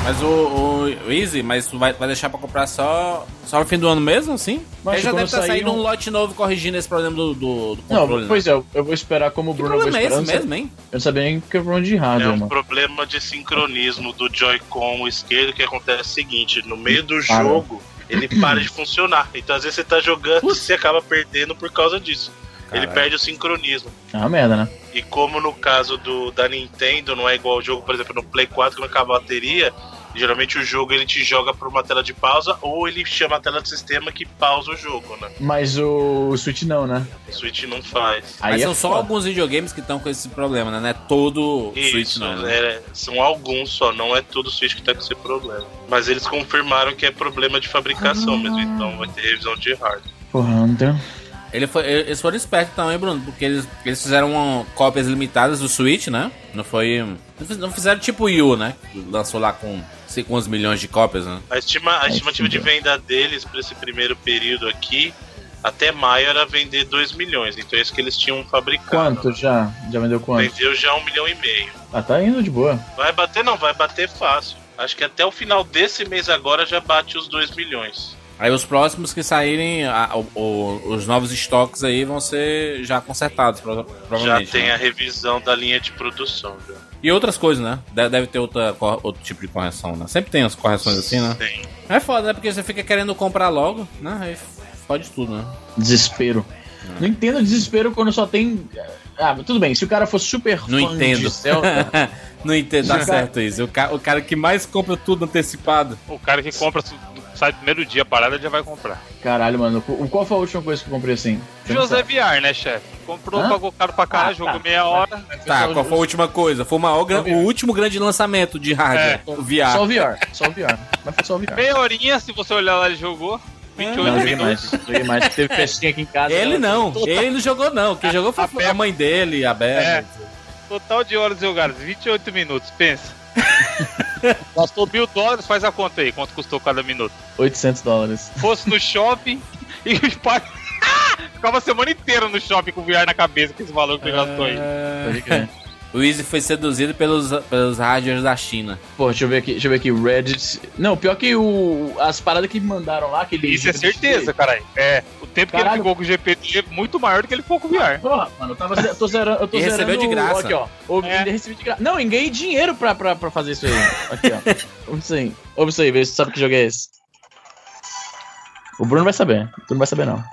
Mas o Easy, mas tu vai deixar pra comprar só no fim do ano mesmo, assim? Mas já deve estar saindo um lote novo corrigindo esse problema do controle. Não, pois é, eu vou esperar como o Bruno vai esperar. É esse mesmo, hein? Eu não sabia nem que é problema de hardware, mano. É um problema de sincronismo do Joy-Con esquerdo que acontece o seguinte, no meio do jogo, ele para de funcionar. Então às vezes você tá jogando e você acaba perdendo por causa disso. Caralho. Ele perde o sincronismo. É uma merda, né? E como no caso da Nintendo não é igual ao jogo, por exemplo, no Play 4, quando acaba a bateria, geralmente o jogo ele te joga pra uma tela de pausa ou ele chama a tela de sistema que pausa o jogo, né? Mas o Switch não, né? O Switch não faz. Mas são só alguns videogames que estão com esse problema, né? Não é todo isso, Switch não, né? São alguns só, não é todo Switch que tá com esse problema. Mas eles confirmaram que é problema de fabricação mesmo, então vai ter revisão de hardware. Porra, não tem... Eles foram espertos também, Bruno, porque eles fizeram cópias limitadas do Switch, né? Não fizeram tipo o Wii U, né? Lançou lá com 11 milhões de cópias, né? A estimativa de venda deles para esse primeiro período aqui, até maio, era vender 2 milhões. Então é isso que eles tinham fabricado. Quanto já? Já vendeu quanto? Vendeu já 1,5 milhão. Ah, tá indo de boa. Vai bater fácil. Acho que até o final desse mês agora já bate os 2 milhões. Aí os próximos que saírem, os novos estoques aí vão ser já consertados, provavelmente. Já tem a revisão da linha de produção, já. E outras coisas, né? Deve ter outro tipo de correção, né? Sempre tem as correções assim, né? Tem. É foda, né? Porque você fica querendo comprar logo, né? Aí fode tudo, né? Desespero. Não entendo desespero quando só tem... Ah, tudo bem, se o cara for super fã de Zelda... Não entendo, tá certo isso. O cara que mais compra tudo antecipado. O cara que compra... Sai primeiro dia a parada, ele já vai comprar. Caralho, mano. Qual foi a última coisa que eu comprei assim? José VR, né, chefe? Comprou, pagou caro pra caralho, jogou meia hora. Tá, qual foi a última coisa? Foi o último grande lançamento de hardware. O VR. Só o VR. Mas foi só o VR. Meia horinha, se você olhar lá, ele jogou. 28 minutos. Joguei mais. Teve festinha aqui em casa. Ele não jogou não. Quem jogou foi a mãe dele, a Bela. Total de horas jogadas, 28 minutos, pensa. Gastou $1.000, faz a conta aí, quanto custou cada minuto? $800. Fosse no shopping e o pai ficava a semana inteira no shopping com o VR na cabeça com esse valor que ele gastou aí. O Easy foi seduzido pelos hardwares da China. Pô, deixa eu ver aqui, Reddit. Não, pior que as paradas que mandaram lá, aquele. Isso é certeza, caralho. O tempo que ele ficou com o GPT é muito maior do que ele ficou com o VR. Porra, mano, eu tô zerando. E recebeu de graça. Aqui, ó. Recebi de graça. Não, eu ganhei dinheiro pra fazer isso aí. Aqui, ó. Ouve isso aí, vê se tu sabe que jogo é esse. O Bruno vai saber. Tu não vai saber, não.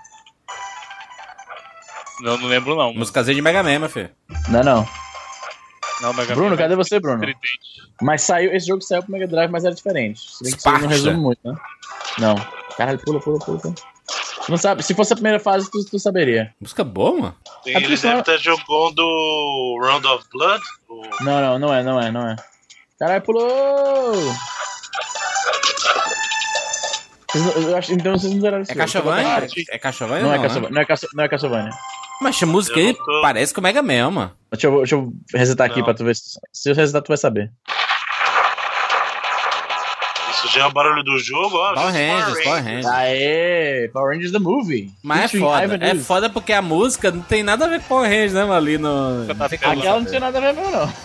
Não lembro, não. Músicazinha de Mega Man, meu filho. Não. Não, Mega Bruno, Man, cadê você, Bruno? Mas esse jogo saiu pro Mega Drive, mas era diferente. Se bem que isso não resume muito, né? Não. Caralho, pula. Tu não sabe. Se fosse a primeira fase, tu saberia. Música boa, mano. Ele deve estar jogando Round of Blood? Não é. Caralho, pulou! Então vocês não zeraram isso. É Castlevania? É Castlevania? Não é Castlevania. Mas a música aí parece com o Mega Man, mano. Deixa eu resetar aqui pra tu ver se eu resetar tu vai saber. Isso já é o barulho do jogo, ó. Power Rangers. Aê, Power Rangers The Movie. Mas é foda. É foda porque a música não tem nada a ver com Power Rangers, né, mano? Ali no... Aquela não tinha nada a ver mesmo, não.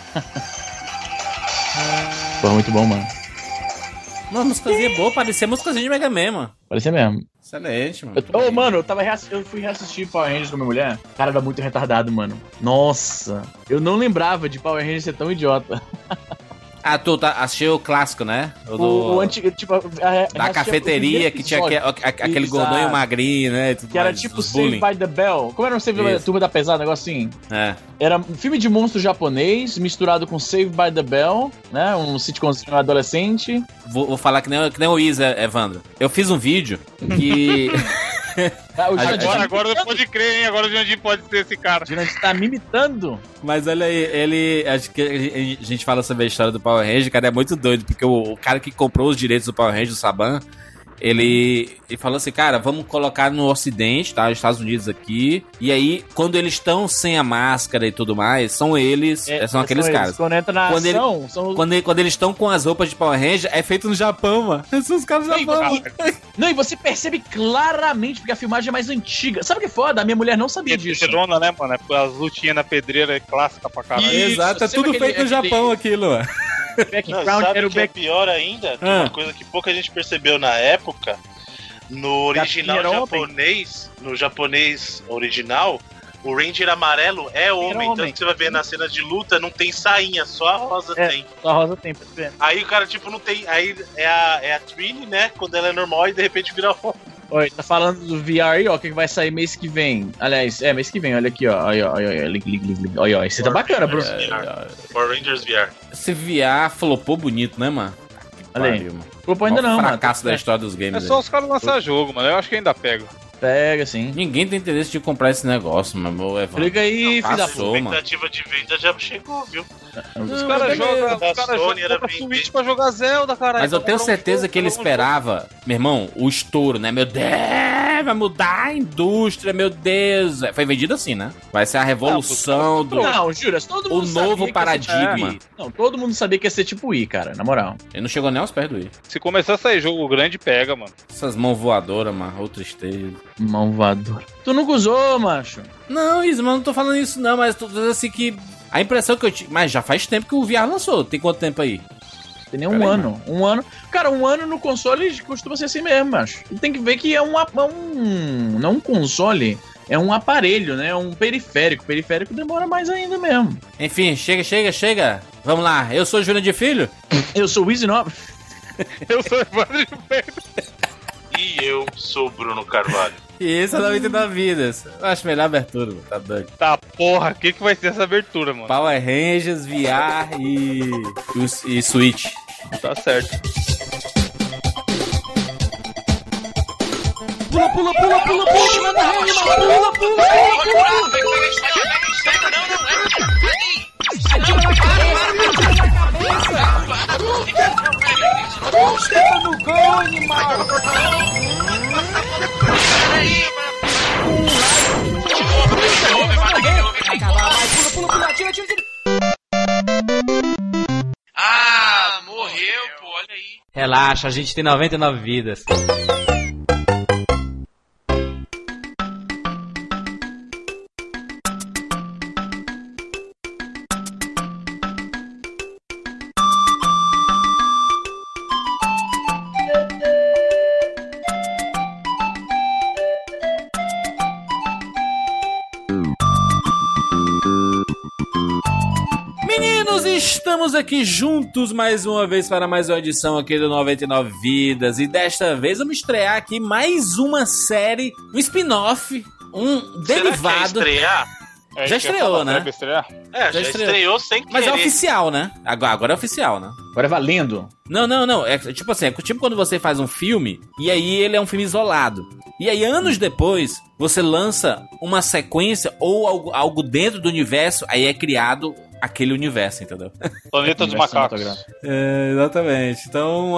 Pô, muito bom, mano. Mano, músicazinha boa, parecia músicazinha de Mega Man, mano. Parecia mesmo. Excelente, mano. Mano, eu fui reassistir Power Rangers com a minha mulher. Cara, era muito retardado, mano. Nossa, eu não lembrava de Power Rangers ser tão idiota. Ah, tu assistiu o clássico, né? O antigo, tipo... Da cafeteria, que tinha aquele gordão e o magrinho, né? Que era tipo Saved by the Bell. Como era um Saved by the Turma da Pesada, um negócio assim? Era um filme de monstro japonês, misturado com Saved by the Bell, né? Um sitcomzinho adolescente. Vou falar que nem o Isa, Evandro. Eu fiz um vídeo que... Agora não pode crer, hein? Agora o Jandir pode ser esse cara. O Jandir tá me imitando. Mas olha aí, acho que a gente fala sobre a história do Power Ranger, cara, é muito doido, porque o cara que comprou os direitos do Power Ranger, o Saban, ele falou assim, cara, vamos colocar no Ocidente, tá? Os Estados Unidos aqui. E aí, quando eles estão sem a máscara e tudo mais, são eles, são aqueles caras. Quando entra na ação, quando eles estão com as roupas de Power Ranger, é feito no Japão, mano. São os caras do Japão. Não, e você percebe claramente, porque a filmagem é mais antiga. Sabe o que é foda? A minha mulher não sabia disso. Dona, né, mano? As lutinhas na pedreira é clássica pra caralho. Exato, é tudo feito no Japão aquilo, mano. Sabe o que é pior ainda? Que uma coisa que pouca gente percebeu na época, no original japonês, no japonês original, o Ranger amarelo é homem. Então você vai ver nas cenas de luta, não tem sainha, só a Rosa tem. Só a Rosa tem, pra ver. Aí o cara, tipo, não tem. Aí é a Trini, né? Quando ela é normal e de repente vira homem. Oi, tá falando do VR aí, ó, que vai sair mês que vem. Aliás, mês que vem, olha aqui, ó. Olha, esse tá bacana, Bruno. Power Rangers VR. Esse VR flopou bonito, né, mano? Olha aí. Flopou ainda não, mano. Fracasso da história dos games. É só os caras lançar jogo, mano. Eu acho que ainda pega. Pega, sim. Ninguém tem interesse de comprar esse negócio, mano. Clica aí, filho da puta. A expectativa de venda já chegou, viu? Os caras jogam Switch pra jogar Zelda, caralho. Mas eu tenho certeza que ele esperava, meu irmão, o estouro, né? Meu Deus, vai mudar a indústria, meu Deus. Foi vendido assim, né? Vai ser a revolução do... Não, Juras, todo mundo sabia. O novo paradigma. Não, todo mundo sabia que ia ser tipo Wii, cara, na moral. Ele não chegou nem aos pés do Wii. Se começar a sair jogo grande, pega, mano. Essas mãos voadoras, mano, ô tristeza. Mão voadora. Tu nunca usou, macho? Não, Isma, não tô falando isso não, mas tô dizendo assim que... A impressão que eu tive... Mas já faz tempo que o VR lançou. Tem quanto tempo aí? Tem nem um ano. Mano. Um ano. Cara, um ano no console costuma ser assim mesmo, macho. E tem que ver que é não um console, é um aparelho, né? É um periférico. Periférico demora mais ainda mesmo. Enfim, chega. Vamos lá. Eu sou Júnior de Filho. Eu sou o Easy Nobre. Eu sou Evandro de Filho. E eu sou o Bruno Carvalho. E esse é o 99 Vidas. Eu acho melhor a abertura, mano. Tá doido. Tá, porra. O que vai ser essa abertura, mano? Power Rangers, VR e Switch. Tá certo. Pula, manda rede, pula. Atira na cabeça. Esteta no gol, animal. Pula, atira. Ah, morreu, pô, olha aí. Relaxa, a gente tem 99 vidas. Estamos aqui juntos mais uma vez para mais uma edição aqui do 99 Vidas. E desta vez vamos estrear aqui mais uma série, um spin-off, um derivado. Será que é estrear? Já estreou, né? Já estreou sem querer. Mas é oficial, né? Agora é oficial, né? Agora é valendo. Não. É tipo assim, é tipo quando você faz um filme e aí ele é um filme isolado. E aí, anos depois, você lança uma sequência ou algo dentro do universo, aí é criado aquele universo, entendeu? Planeta dos Macacos. Exatamente. Então,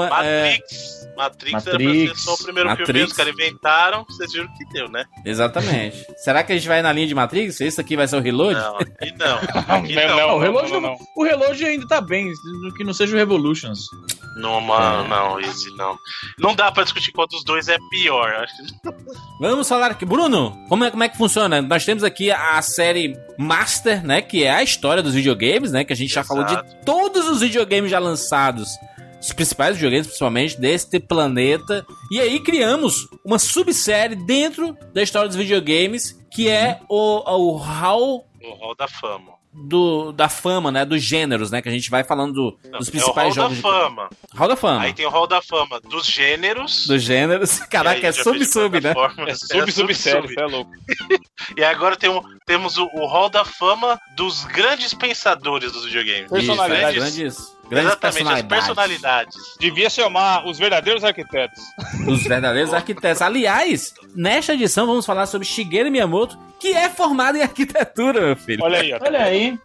Matrix era pra ser só o primeiro filme, os caras inventaram, vocês viram que deu, né? Exatamente. Será que a gente vai na linha de Matrix? Esse aqui vai ser o Reload? Não, aqui não. Não, o Reload não. O Reload ainda tá bem, que não seja o Revolutions. Não, mano, não, esse não. Não dá pra discutir qual dos dois é pior. Vamos falar aqui. Bruno, como é que funciona? Nós temos aqui a série Master, né? Que é a história dos videogames, né? Que a gente já falou de todos os videogames já lançados. Os principais videogames, principalmente, deste planeta. E aí criamos uma subsérie dentro da história dos videogames, que é o Hall... O Hall da Fama. Da fama, né? Dos gêneros, né? Que a gente vai falando dos principais jogos. Hall da Fama. Aí tem o Hall da Fama dos gêneros. Caraca, é sub-sub, né? É sub-série, é louco. E agora temos o Hall da Fama dos grandes pensadores dos videogames. Personalidades. Grandes personalidades. Devia chamar os verdadeiros arquitetos. Os verdadeiros arquitetos. Aliás, nesta edição vamos falar sobre Shigeru Miyamoto, que é formado em arquitetura, meu filho. Olha aí.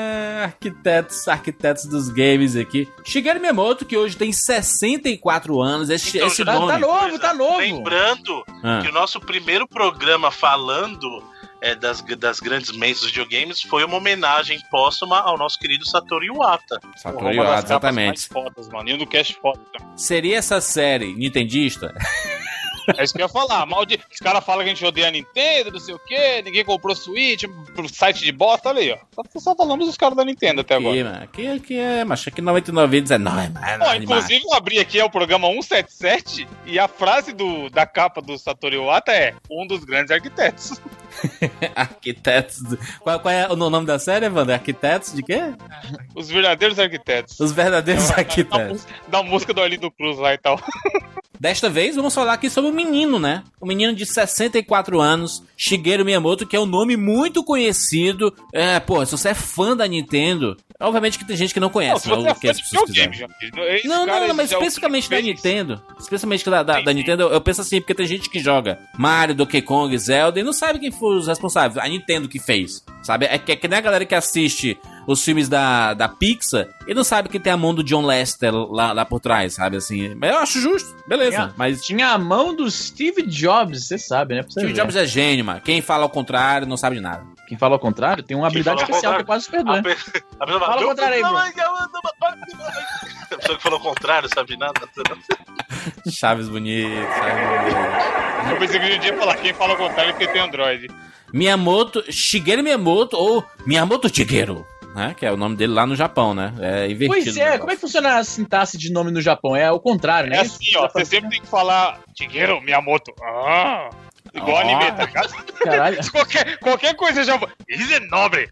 Arquitetos dos games aqui. Shigeru Miyamoto, que hoje tem 64 anos. Esse nome. Tá novo. Lembrando que o nosso primeiro programa falando das grandes mentes dos videogames foi uma homenagem póstuma ao nosso querido Satoru Iwata. Satoru Iwata, exatamente. Mais fodas, mano. E no cast foda. Seria essa série nintendista? É isso que eu ia falar. Os caras falam que a gente odeia a Nintendo, não sei o quê, ninguém comprou Switch, pro site de bosta, olha aí, ó. Só falamos dos caras da Nintendo até agora. Aqui é, mas aqui 99 vídeos é nóis, mano. Inclusive, eu abri aqui, é o programa 177, e a frase da capa do Satoru Iwata é um dos grandes arquitetos. Arquitetos. Qual é o nome da série, Wander? Arquitetos de quê? Os verdadeiros arquitetos. Os verdadeiros arquitetos. Da música do Arlindo Cruz lá e tal. Desta vez, vamos falar aqui sobre o menino, né? O menino de 64 anos, Shigeru Miyamoto, que é um nome muito conhecido. Se você é fã da Nintendo, obviamente que tem gente que não conhece. Não, se você é fã de videogame, não, mas especificamente da Nintendo. Especialmente da Nintendo, eu penso assim, porque tem gente que joga Mario, Donkey Kong, Zelda e não sabe quem foi os responsáveis. A Nintendo que fez, sabe? É que nem a galera que assiste os filmes da Pixar e não sabe que tem a mão do John Lester lá por trás, sabe? Assim, eu acho justo, beleza. Mas tinha a mão do Steve Jobs, você sabe, né? Steve Jobs é gênio, mano. Quem fala ao contrário não sabe de nada. Quem fala ao contrário tem uma habilidade especial que é quase perdoa. Fala ao contrário aí, Bruno. A pessoa que falou ao contrário sabe de nada. Chaves bonito. Eu pensei que a gente ia falar quem fala ao contrário porque tem Android. Shigeru Miyamoto ou Miyamoto Shigeru, né? Que é o nome dele lá no Japão, né? É invertido. Pois é, como é que funciona a sintaxe de nome no Japão? É o contrário, né? É assim, ó, você sempre tem que falar Shigeru Miyamoto. Igual anime, tá ligado? Caralho. qualquer coisa já. Isso é nobre.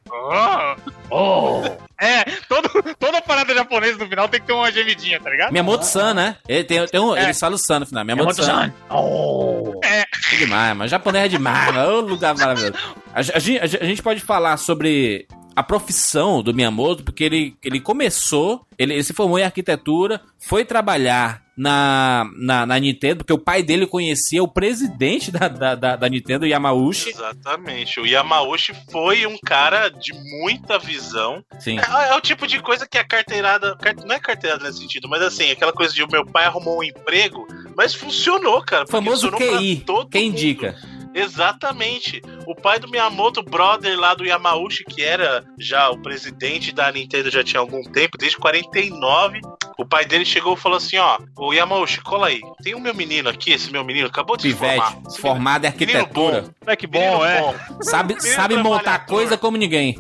Toda parada japonesa no final tem que ter uma gemidinha, tá ligado? Miyamoto-san, né? Ele fala o san no final. Miyamoto-san. É demais, mas japonês é demais, mano. Ô, lugar maravilhoso. A gente pode falar sobre a profissão do Miyamoto, porque ele começou, ele se formou em arquitetura, foi trabalhar na Nintendo, porque o pai dele conhecia o presidente da Nintendo, Yamauchi. Exatamente, o Yamauchi foi um cara de muita visão. Sim. É o tipo de coisa que a carteirada, não é carteirada nesse sentido, mas assim, aquela coisa de o meu pai arrumou um emprego, mas funcionou, cara. Famoso QI, quem indica? Exatamente. O pai do Miyamoto, brother lá do Yamauchi, que era já o presidente da Nintendo já tinha algum tempo, desde 49. O pai dele chegou e falou assim, ó, o Yamauchi, cola aí. Tem o meu menino aqui, esse meu menino acabou de se formar. Formado em arquitetura. Que bom, Sabe montar coisa como ninguém.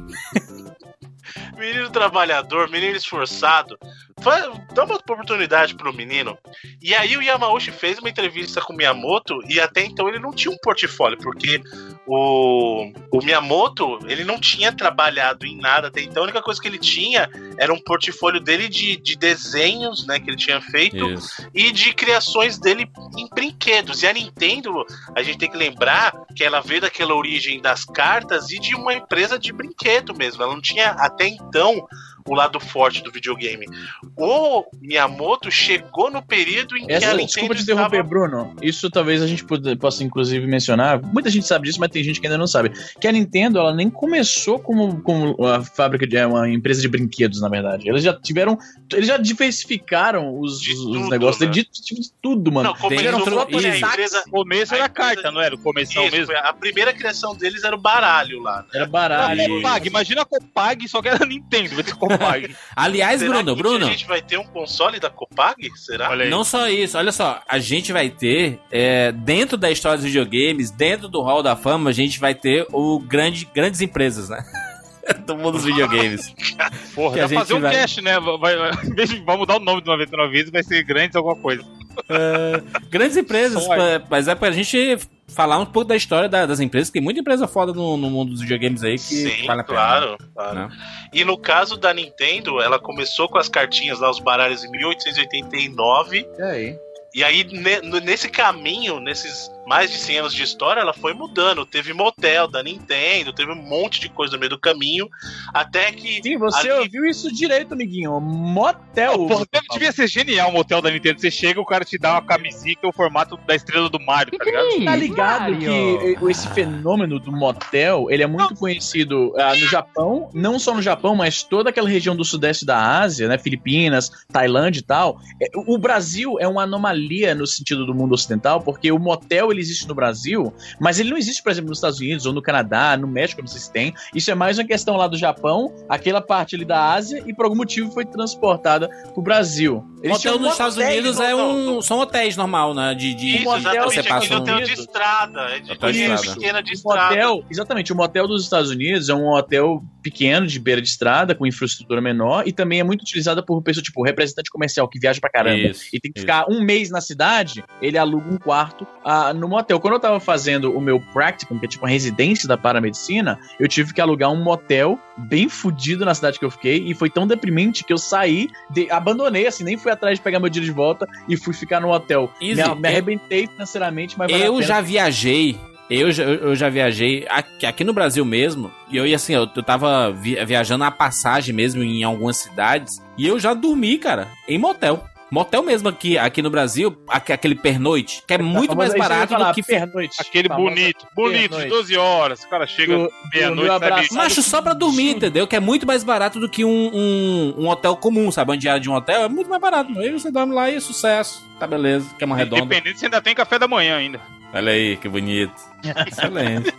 Menino trabalhador, menino esforçado. Dá uma oportunidade pro menino. E aí o Yamauchi fez uma entrevista com o Miyamoto e até então ele não tinha um portfólio, porque o Miyamoto, ele não tinha trabalhado em nada até então. A única coisa que ele tinha era um portfólio dele de desenhos, né, que ele tinha feito. Isso. E de criações dele em brinquedos. E a Nintendo, a gente tem que lembrar que ela veio daquela origem das cartas e de uma empresa de brinquedo mesmo. Ela não tinha até então o lado forte do videogame. O Miyamoto chegou no período em que a Nintendo desculpa te interromper, Bruno. Isso talvez a gente possa inclusive mencionar. Muita gente sabe disso, mas tem gente que ainda não sabe. Que a Nintendo, ela nem começou como a fábrica de uma empresa de brinquedos, na verdade. Eles já diversificaram os negócios, né? de tudo, mano. O começo era carta, não era? O começo mesmo. A primeira criação deles era o baralho lá. Era baralho. Copag, imagina a Copag, só que era Nintendo, vai ter Copag. Aliás, será Bruno. A gente vai ter um console da Copag? Será? Não só isso, olha só. A gente vai ter, dentro da história dos videogames, dentro do Hall da Fama, a gente vai ter grandes empresas, né? Do mundo dos videogames. Porra, dá pra fazer um cast, né? Vai mudar o nome do 99 vezes, vai ser grandes alguma coisa. Grandes empresas, mas é pra gente falar um pouco da história das empresas. Tem muita empresa foda no mundo dos videogames aí que sim, vale a pena. Claro. Né? E no caso da Nintendo, ela começou com as cartinhas lá, os baralhos, em 1889. E aí, nesse caminho, nesses mais de 100 anos de história, ela foi mudando. Teve motel da Nintendo, teve um monte de coisa no meio do caminho, até que... Sim, você ouviu isso direito, amiguinho. Motel. Porra, devia ser genial o motel da Nintendo. Você chega, o cara te dá uma camisinha que é o formato da estrela do Mario, tá ligado? Tá ligado que esse fenômeno do motel, ele é muito conhecido no Japão, não só no Japão, mas toda aquela região do sudeste da Ásia, né, Filipinas, Tailândia e tal. O Brasil é uma anomalia no sentido do mundo ocidental, porque o motel, ele existe no Brasil, mas ele não existe, por exemplo, nos Estados Unidos ou no Canadá, no México, não sei se tem. Isso é mais uma questão lá do Japão, aquela parte ali da Ásia, e por algum motivo foi transportada pro Brasil. Hotel nos Estados Unidos são hotéis normal, né? Isso, exatamente, hotel de estrada. Pequena de estrada. Exatamente, o motel dos Estados Unidos é um hotel pequeno, de beira de estrada, com infraestrutura menor, e também é muito utilizada por pessoa, tipo, representante comercial que viaja pra caramba e tem que ficar um mês na cidade, ele aluga um quarto no motel. Quando eu tava fazendo o meu practicum, que é tipo uma residência da paramedicina, eu tive que alugar um motel bem fudido na cidade que eu fiquei, e foi tão deprimente que eu saí, abandonei, assim, nem fui atrás de pegar meu dinheiro de volta e fui ficar no hotel. Me arrebentei financeiramente, mas eu já viajei. Eu já viajei aqui no Brasil mesmo, e eu tava viajando a passagem mesmo em algumas cidades, e eu já dormi, cara, em motel. Motel mesmo aqui no Brasil, aquele pernoite, que é muito mais barato do que pernoite. Aquele bonito, de 12 horas, o cara chega meia-noite, macho, só pra dormir, entendeu? Que é muito mais barato do que um hotel comum, sabe? Uma diária de um hotel é muito mais barato. Aí você dorme lá e é sucesso. Tá beleza, que é uma redonda. Independente, você ainda tem café da manhã ainda. Olha aí, que bonito. Excelente.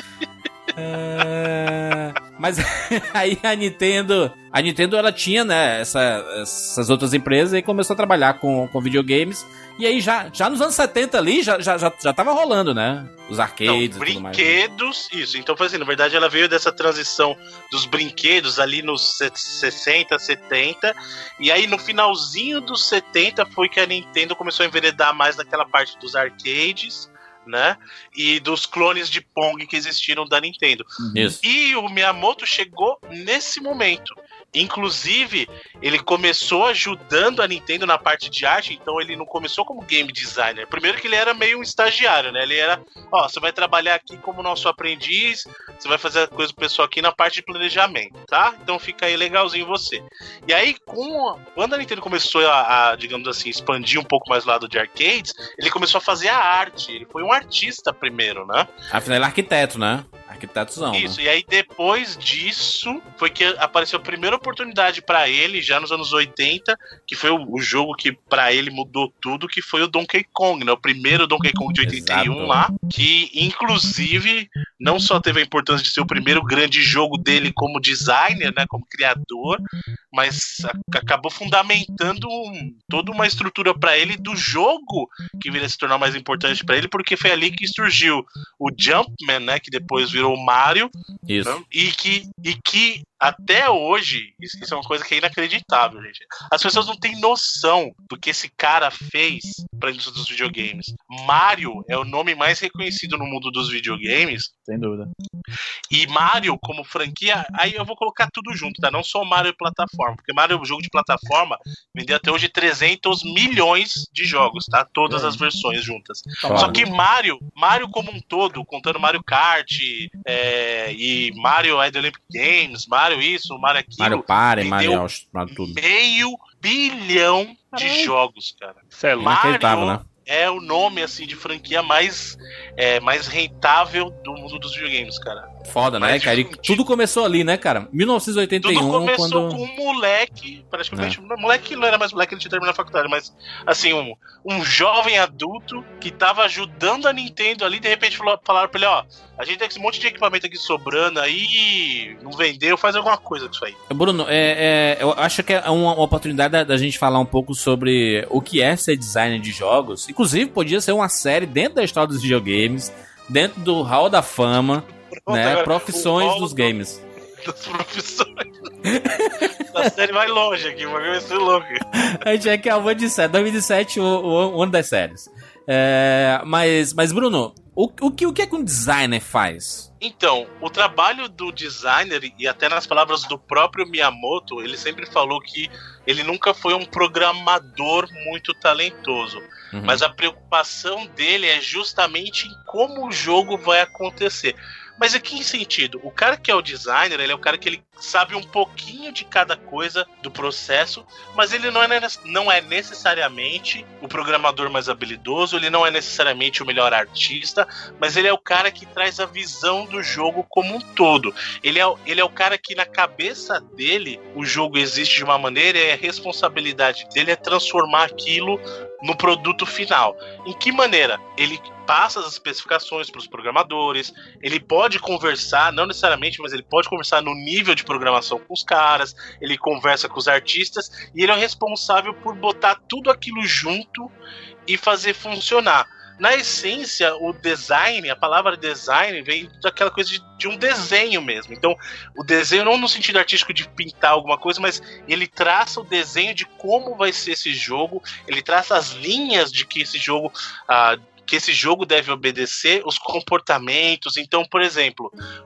Mas aí a Nintendo ela tinha, né, essas outras empresas e começou a trabalhar com videogames. E aí já nos anos 70 ali já tava rolando, né? Os arcades e tudo mais. Brinquedos, isso. Então foi assim, na verdade ela veio dessa transição dos brinquedos ali nos 60, 70. E aí no finalzinho dos 70 foi que a Nintendo começou a enveredar mais naquela parte dos arcades, né? E dos clones de Pong que existiram da Nintendo. Isso. E o Miyamoto chegou nesse momento. Inclusive, ele começou ajudando a Nintendo na parte de arte, então ele não começou como game designer. Primeiro que ele era meio um estagiário, né? Ele era, você vai trabalhar aqui como nosso aprendiz, você vai fazer a coisa pro pessoal aqui na parte de planejamento, tá? Então fica aí legalzinho você. E aí, quando a Nintendo começou a, digamos assim, expandir um pouco mais o lado de arcades, ele começou a fazer a arte. Ele foi um artista primeiro, né? Afinal, ele é arquiteto, né? Arquitetozão. Isso, né? E aí depois disso foi que apareceu a primeira oportunidade pra ele, já nos anos 80, que foi o jogo que pra ele mudou tudo, que foi o Donkey Kong, né? O primeiro Donkey Kong de 81. Exato. Lá, que inclusive não só teve a importância de ser o primeiro grande jogo dele como designer, né, como criador, mas acabou fundamentando toda uma estrutura pra ele do jogo que viria a se tornar mais importante pra ele, porque foi ali que surgiu o Jumpman, né, que depois virou o Mario. Isso. Né, e que até hoje, isso é uma coisa que é inacreditável, gente. As pessoas não têm noção do que esse cara fez pra indústria dos videogames. Mario é o nome mais reconhecido no mundo dos videogames. Sem dúvida. E Mario, como franquia, aí eu vou colocar tudo junto, tá? Não só Mario plataforma, porque Mario é um jogo de plataforma, vendeu até hoje 300 milhões de jogos, tá? Todas as versões juntas. Claro. Só que Mario como um todo, contando Mario Kart e Mario The Olympic Games, Mario isso, Mario aquilo, Mario Party, Mario tudo. 500 milhões de jogos, cara. Mario, né? É o nome, assim, de franquia mais rentável do mundo dos videogames, cara. Foda, né, cara? E tudo começou ali, né, cara? 1981, tudo começou com um moleque, praticamente, moleque não era mais moleque, ele tinha terminado a faculdade, mas, assim, um jovem adulto que tava ajudando a Nintendo ali, de repente falaram pra ele, a gente tem esse monte de equipamento aqui sobrando aí, não vendeu, faz alguma coisa com isso aí. Bruno, eu acho que é uma oportunidade da gente falar um pouco sobre o que é ser designer de jogos. Inclusive, podia ser uma série dentro da história dos videogames, dentro do Hall da Fama, né? Profissões dos games. Das profissões. A série vai longe aqui, o bagulho vai ser louco. A gente é que é o ano de série, 2017, o ano das séries. Mas Bruno, o que é que um designer faz? Então, o trabalho do designer, e até nas palavras do próprio Miyamoto, ele sempre falou que ele nunca foi um programador muito talentoso. Uhum. Mas a preocupação dele é justamente em como o jogo vai acontecer. Mas em que sentido? O cara que é o designer, ele é o cara que ele sabe um pouquinho de cada coisa do processo, mas ele não é necessariamente o programador mais habilidoso, ele não é necessariamente o melhor artista, mas ele é o cara que traz a visão do jogo como um todo. Ele é o cara que na cabeça dele o jogo existe de uma maneira e a responsabilidade dele é transformar aquilo no produto final. Em que maneira? Ele passa as especificações para os programadores, ele pode conversar, não necessariamente, mas ele pode conversar no nível de programação com os caras, ele conversa com os artistas, e ele é o responsável por botar tudo aquilo junto e fazer funcionar. Na essência, o design, a palavra design vem daquela coisa de um desenho mesmo. Então, o desenho não no sentido artístico de pintar alguma coisa, mas ele traça o desenho de como vai ser esse jogo, ele traça as linhas de que esse jogo deve obedecer, os comportamentos. Então, por exemplo,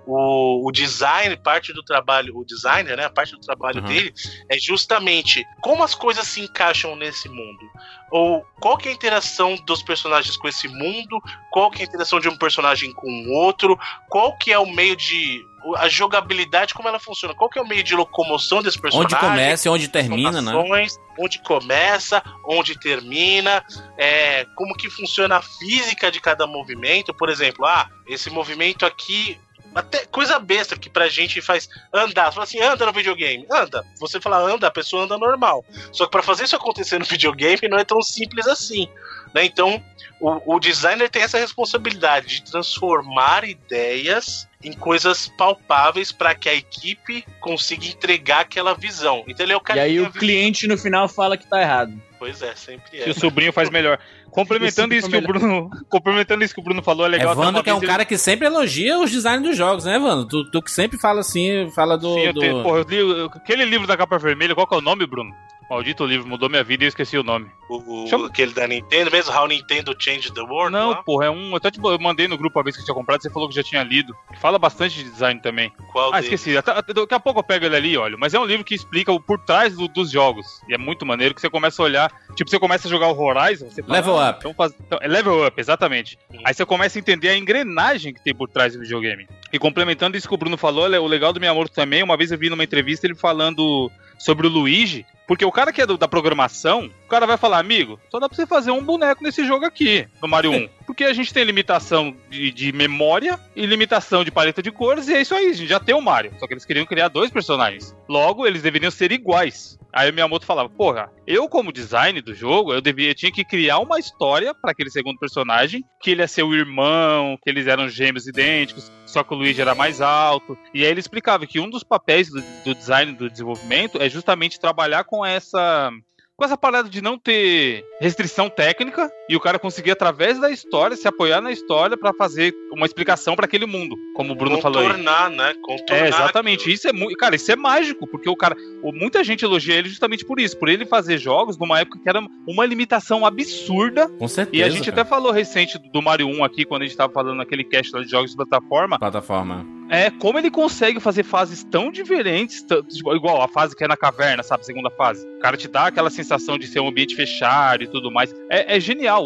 o design, parte do trabalho, o designer, né, a parte do trabalho dele é justamente como as coisas se encaixam nesse mundo. Ou qual que é a interação dos personagens com esse mundo, qual que é a interação de um personagem com o outro, qual que é o meio de... a jogabilidade, como ela funciona, qual que é o meio de locomoção desse personagem, onde começa e onde termina, né? Onde começa, onde termina, como que funciona a física de cada movimento. Por exemplo, esse movimento aqui, até coisa besta que pra gente faz andar. Você fala assim, anda no videogame, anda. Você fala anda, a pessoa anda normal. Só que pra fazer isso acontecer no videogame não é tão simples assim, né? Então, o designer tem essa responsabilidade de transformar ideias em coisas palpáveis para que a equipe consiga entregar aquela visão. Então ele é o cara. E aí o cliente no final fala que tá errado. Pois é, sempre é. Que o sobrinho faz melhor. Complementando isso que o Bruno falou, é legal. Evandro, que é um cara que sempre elogia os designs dos jogos, né, Evandro? Tu que sempre fala assim, fala do... Sim, eu li aquele livro da capa vermelha, qual que é o nome, Bruno? Maldito livro, mudou minha vida e eu esqueci o nome. Aquele da Nintendo mesmo? How Nintendo Changed the World? Não, porra, é um... eu mandei no grupo a vez que eu tinha comprado, você falou que já tinha lido. Fala bastante de design também. Qual deles? Esqueci. Daqui a pouco eu pego ele ali, olha. Mas é um livro que explica o por trás dos jogos. E é muito maneiro que você começa a olhar... Tipo, você começa a jogar o Horizon, você fala... Level Up. Então, é Level Up, exatamente. Aí você começa a entender a engrenagem que tem por trás do videogame. E complementando isso que o Bruno falou, o legal do Miyamoto também, uma vez eu vi numa entrevista ele falando sobre o Luigi, porque o cara que é da programação, o cara vai falar, amigo, só dá pra você fazer um boneco nesse jogo aqui, no Mario 1. Porque a gente tem limitação de memória e limitação de paleta de cores, e é isso aí, a gente já tem o Mario. Só que eles queriam criar 2 personagens. Logo, eles deveriam ser iguais. Aí o Miyamoto falava, porra, eu como design do jogo, eu tinha que criar uma história para aquele segundo personagem, que ele ia ser o irmão, que eles eram gêmeos idênticos, só que o Luigi era mais alto. E aí ele explicava que um dos papéis do design do desenvolvimento é justamente trabalhar com essa parada de não ter restrição técnica e o cara conseguir, através da história, se apoiar na história pra fazer uma explicação pra aquele mundo, como o Bruno falou aí. Contornar, exatamente. Aquilo. Isso isso é mágico, porque o cara, muita gente elogia ele justamente por isso, por ele fazer jogos numa época que era uma limitação absurda. Com certeza. E a gente até falou recente do Mario 1 aqui, quando a gente tava falando naquele cast lá de jogos de plataforma. Como ele consegue fazer fases tão diferentes, igual a fase que é na caverna, sabe? Segunda fase. O cara te dá aquela sensação de ser um ambiente fechado e tudo mais. É genial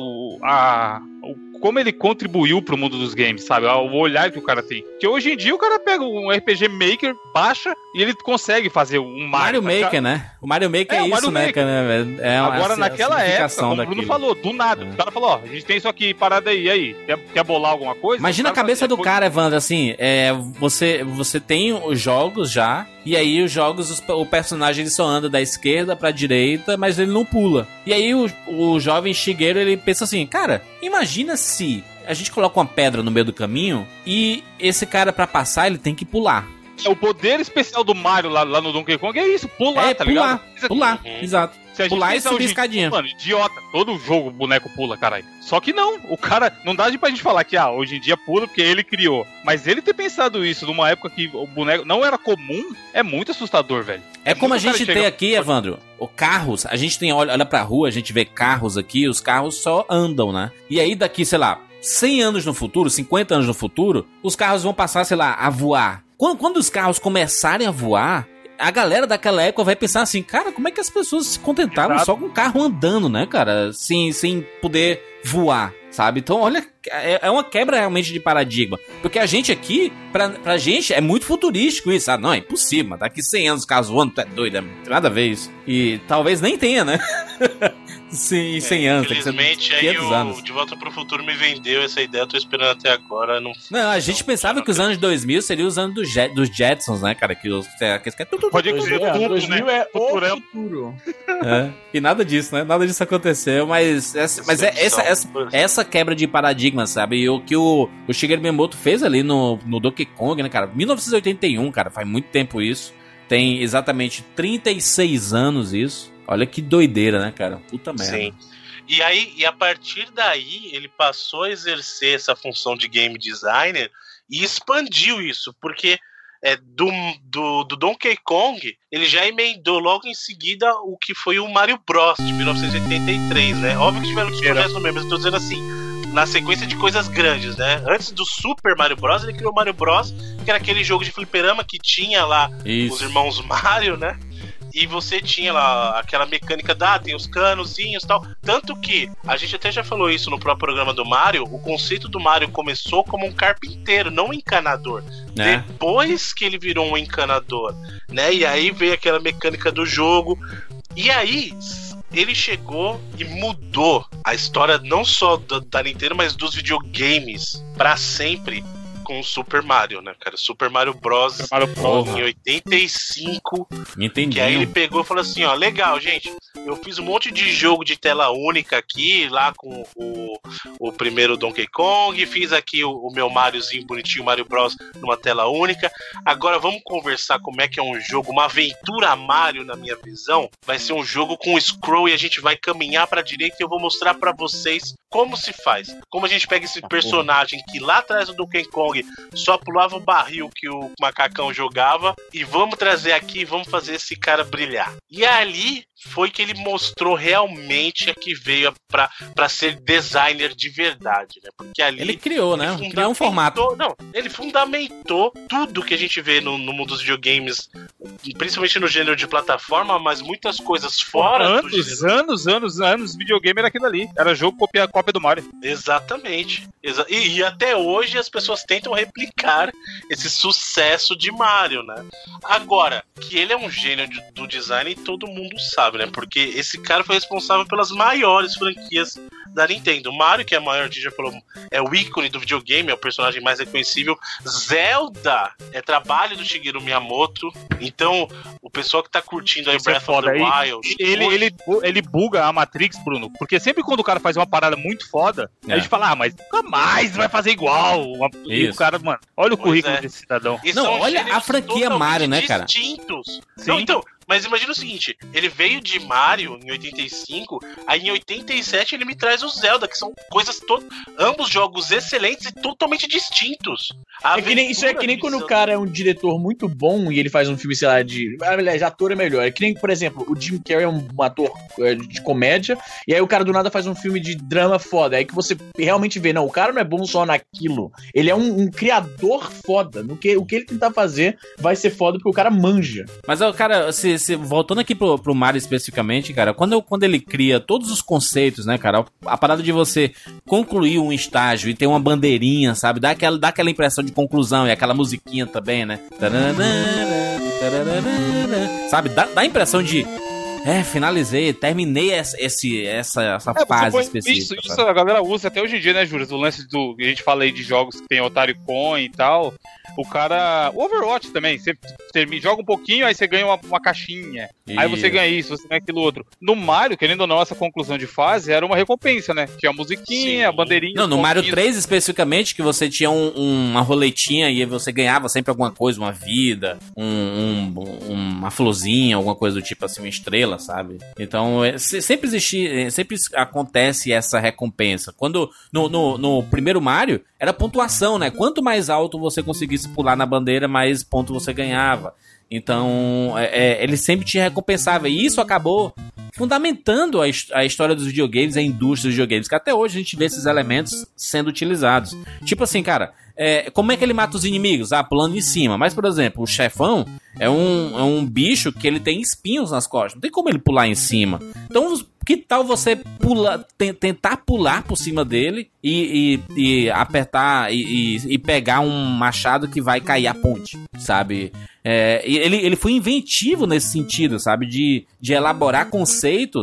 como ele contribuiu pro mundo dos games, sabe? O olhar que o cara tem. Que hoje em dia o cara pega um RPG Maker, baixa e ele consegue fazer um Mario Maker, né? O Mario Maker é isso, né, cara? Agora, naquela época, como o Bruno falou, do nada. O cara falou, a gente tem isso aqui, parada aí. Quer bolar alguma coisa? Imagina a cabeça do cara, Evandro, assim, você tem os jogos já, e aí os jogos, o personagem ele só anda da esquerda pra direita, mas ele não pula. E aí o jovem Shigeru, ele pensa assim, cara, imagina se a gente coloca uma pedra no meio do caminho e esse cara, pra passar, ele tem que pular. O poder especial do Mario lá no Donkey Kong é isso, pular, tá ligado? Pular, exato. Pular e subir escadinha. Mano, idiota. Todo jogo o boneco pula, caralho. Só que não, o cara... Não dá pra gente falar que, hoje em dia pula porque ele criou. Mas ele ter pensado isso numa época que o boneco não era comum, é muito assustador, velho. É como a gente tem aqui, Evandro, carros, a gente tem, olha pra rua, a gente vê carros aqui, os carros só andam, né? E aí daqui, sei lá, 100 anos no futuro, 50 anos no futuro, os carros vão passar, sei lá, a voar. Quando os carros começarem a voar, a galera daquela época vai pensar assim, cara, como é que as pessoas se contentaram só com o carro andando, né, cara? Sem poder voar, sabe? Então, olha, é uma quebra realmente de paradigma. Porque a gente aqui, pra gente, é muito futurístico isso. Não, é impossível, mas daqui 100 anos os carros voando, tu é doido, não tem nada a ver isso. E talvez nem tenha, né? Sim, 100 anos. Infelizmente, aí o De Volta pro Futuro me vendeu essa ideia, eu tô esperando até agora. Não, a gente pensava que os anos 2000 seriam os anos dos Jetsons, né, cara? Pode dizer, 2000 né? É o futuro. E nada disso, né? Nada disso aconteceu, mas essa quebra de paradigma, sabe? E o que o Shigeru Miyamoto fez ali no Donkey Kong, né, cara? 1981, cara, faz muito tempo isso. Tem exatamente 36 anos isso. Olha que doideira, né, cara? Puta merda. Sim. E a partir daí, ele passou a exercer essa função de game designer e expandiu isso, porque do Donkey Kong, ele já emendou logo em seguida o que foi o Mario Bros. De 1983, né? Óbvio que tiveram outros projetos no mesmo, mas eu tô dizendo assim, na sequência de coisas grandes, né? Antes do Super Mario Bros, ele criou o Mario Bros, que era aquele jogo de fliperama que tinha lá os irmãos Mario, né? E você tinha lá aquela mecânica tem os canozinhos e tal. Tanto que, a gente até já falou isso no próprio programa do Mario, o conceito do Mario começou como um carpinteiro, não um encanador. Depois que ele virou um encanador, né? E aí veio aquela mecânica do jogo. E aí, ele chegou e mudou a história não só da Nintendo, mas dos videogames pra sempre. Com o Super Mario, né, cara? Super Mario Bros. Em 85. Entendi. Que aí ele pegou e falou assim, ó, legal, gente, eu fiz um monte de jogo de tela única aqui, lá com o primeiro Donkey Kong, fiz aqui o meu Mariozinho bonitinho, Mario Bros, numa tela única. Agora vamos conversar como é que é um jogo, uma aventura Mario, na minha visão. Vai ser um jogo com scroll e a gente vai caminhar pra direita e eu vou mostrar pra vocês como se faz. Como a gente pega esse personagem que lá atrás do Donkey Kong só pulava o barril que o macacão jogava e vamos trazer aqui, vamos fazer esse cara brilhar. E ali foi que ele mostrou realmente a que veio pra ser designer de verdade, né? Porque ali ele criou, né? Criou um formato. Não, ele fundamentou tudo que a gente vê no mundo dos videogames, principalmente no gênero de plataforma, mas muitas coisas fora do gênero. Anos, videogame era aquilo ali. Era jogo cópia do Mario. Exatamente. E até hoje as pessoas tentam replicar esse sucesso de Mario, né? Agora, que ele é um gênio do design, todo mundo sabe, né? Porque esse cara foi responsável pelas maiores franquias da Nintendo. Mario, que é a maior, a gente já falou, é o ícone do videogame, é o personagem mais reconhecível. Zelda é trabalho do Shigeru Miyamoto. Então, o pessoal que tá curtindo aí Breath of the Wild... Ele buga a Matrix, Bruno, porque sempre quando o cara faz uma parada muito foda, a gente fala, mas nunca mais vai fazer igual. E o cara, mano, olha o currículo desse cidadão. Não, olha a franquia Mario, né, cara? Distintos. Não, então... Mas imagina o seguinte, ele veio de Mario em 85, aí em 87 ele me traz o Zelda, que são coisas ambos jogos excelentes e totalmente distintos. Isso é que nem quando o cara é um diretor muito bom e ele faz um filme, sei lá, aliás, ator é melhor. É que nem, por exemplo, o Jim Carrey é um ator de comédia, e aí o cara do nada faz um filme de drama foda. Aí que você realmente vê, não, o cara não é bom só naquilo. Ele é um criador foda. O que ele tentar fazer vai ser foda porque o cara manja. Mas o cara, voltando aqui pro Mario especificamente, cara, quando ele cria todos os conceitos, né, cara, a parada de você concluir um estágio e ter uma bandeirinha, sabe, dá aquela impressão de conclusão e aquela musiquinha também, né, sabe, dá a impressão de finalizei, terminei essa fase específica. Isso a galera usa até hoje em dia, né, Júlio? O lance a gente fala aí de jogos que tem Otário Coin e tal. O Overwatch também, você joga um pouquinho, aí você ganha uma caixinha. Aí você ganha isso, você ganha aquilo outro. No Mario, querendo ou não, essa conclusão de fase era uma recompensa, né? Tinha a musiquinha, a bandeirinha. Não, no Mario 3 especificamente, que você tinha uma roletinha e você ganhava sempre alguma coisa, uma vida, uma florzinha, alguma coisa do tipo assim, uma estrela, sabe? Então, sempre acontece essa recompensa. Quando no primeiro Mario, era pontuação, né? Quanto mais alto você conseguisse pular na bandeira, mais ponto você ganhava. Então, ele sempre te recompensava. E isso acabou fundamentando a história dos videogames, a indústria dos videogames, que até hoje a gente vê esses elementos sendo utilizados. Tipo assim, cara, como é que ele mata os inimigos? Pulando em cima. Mas, por exemplo, o chefão é um bicho que ele tem espinhos nas costas. Não tem como ele pular em cima. Então, que tal você tentar pular por cima dele e apertar e pegar um machado que vai cair a ponte, sabe? Ele foi inventivo nesse sentido, sabe? De elaborar conceitos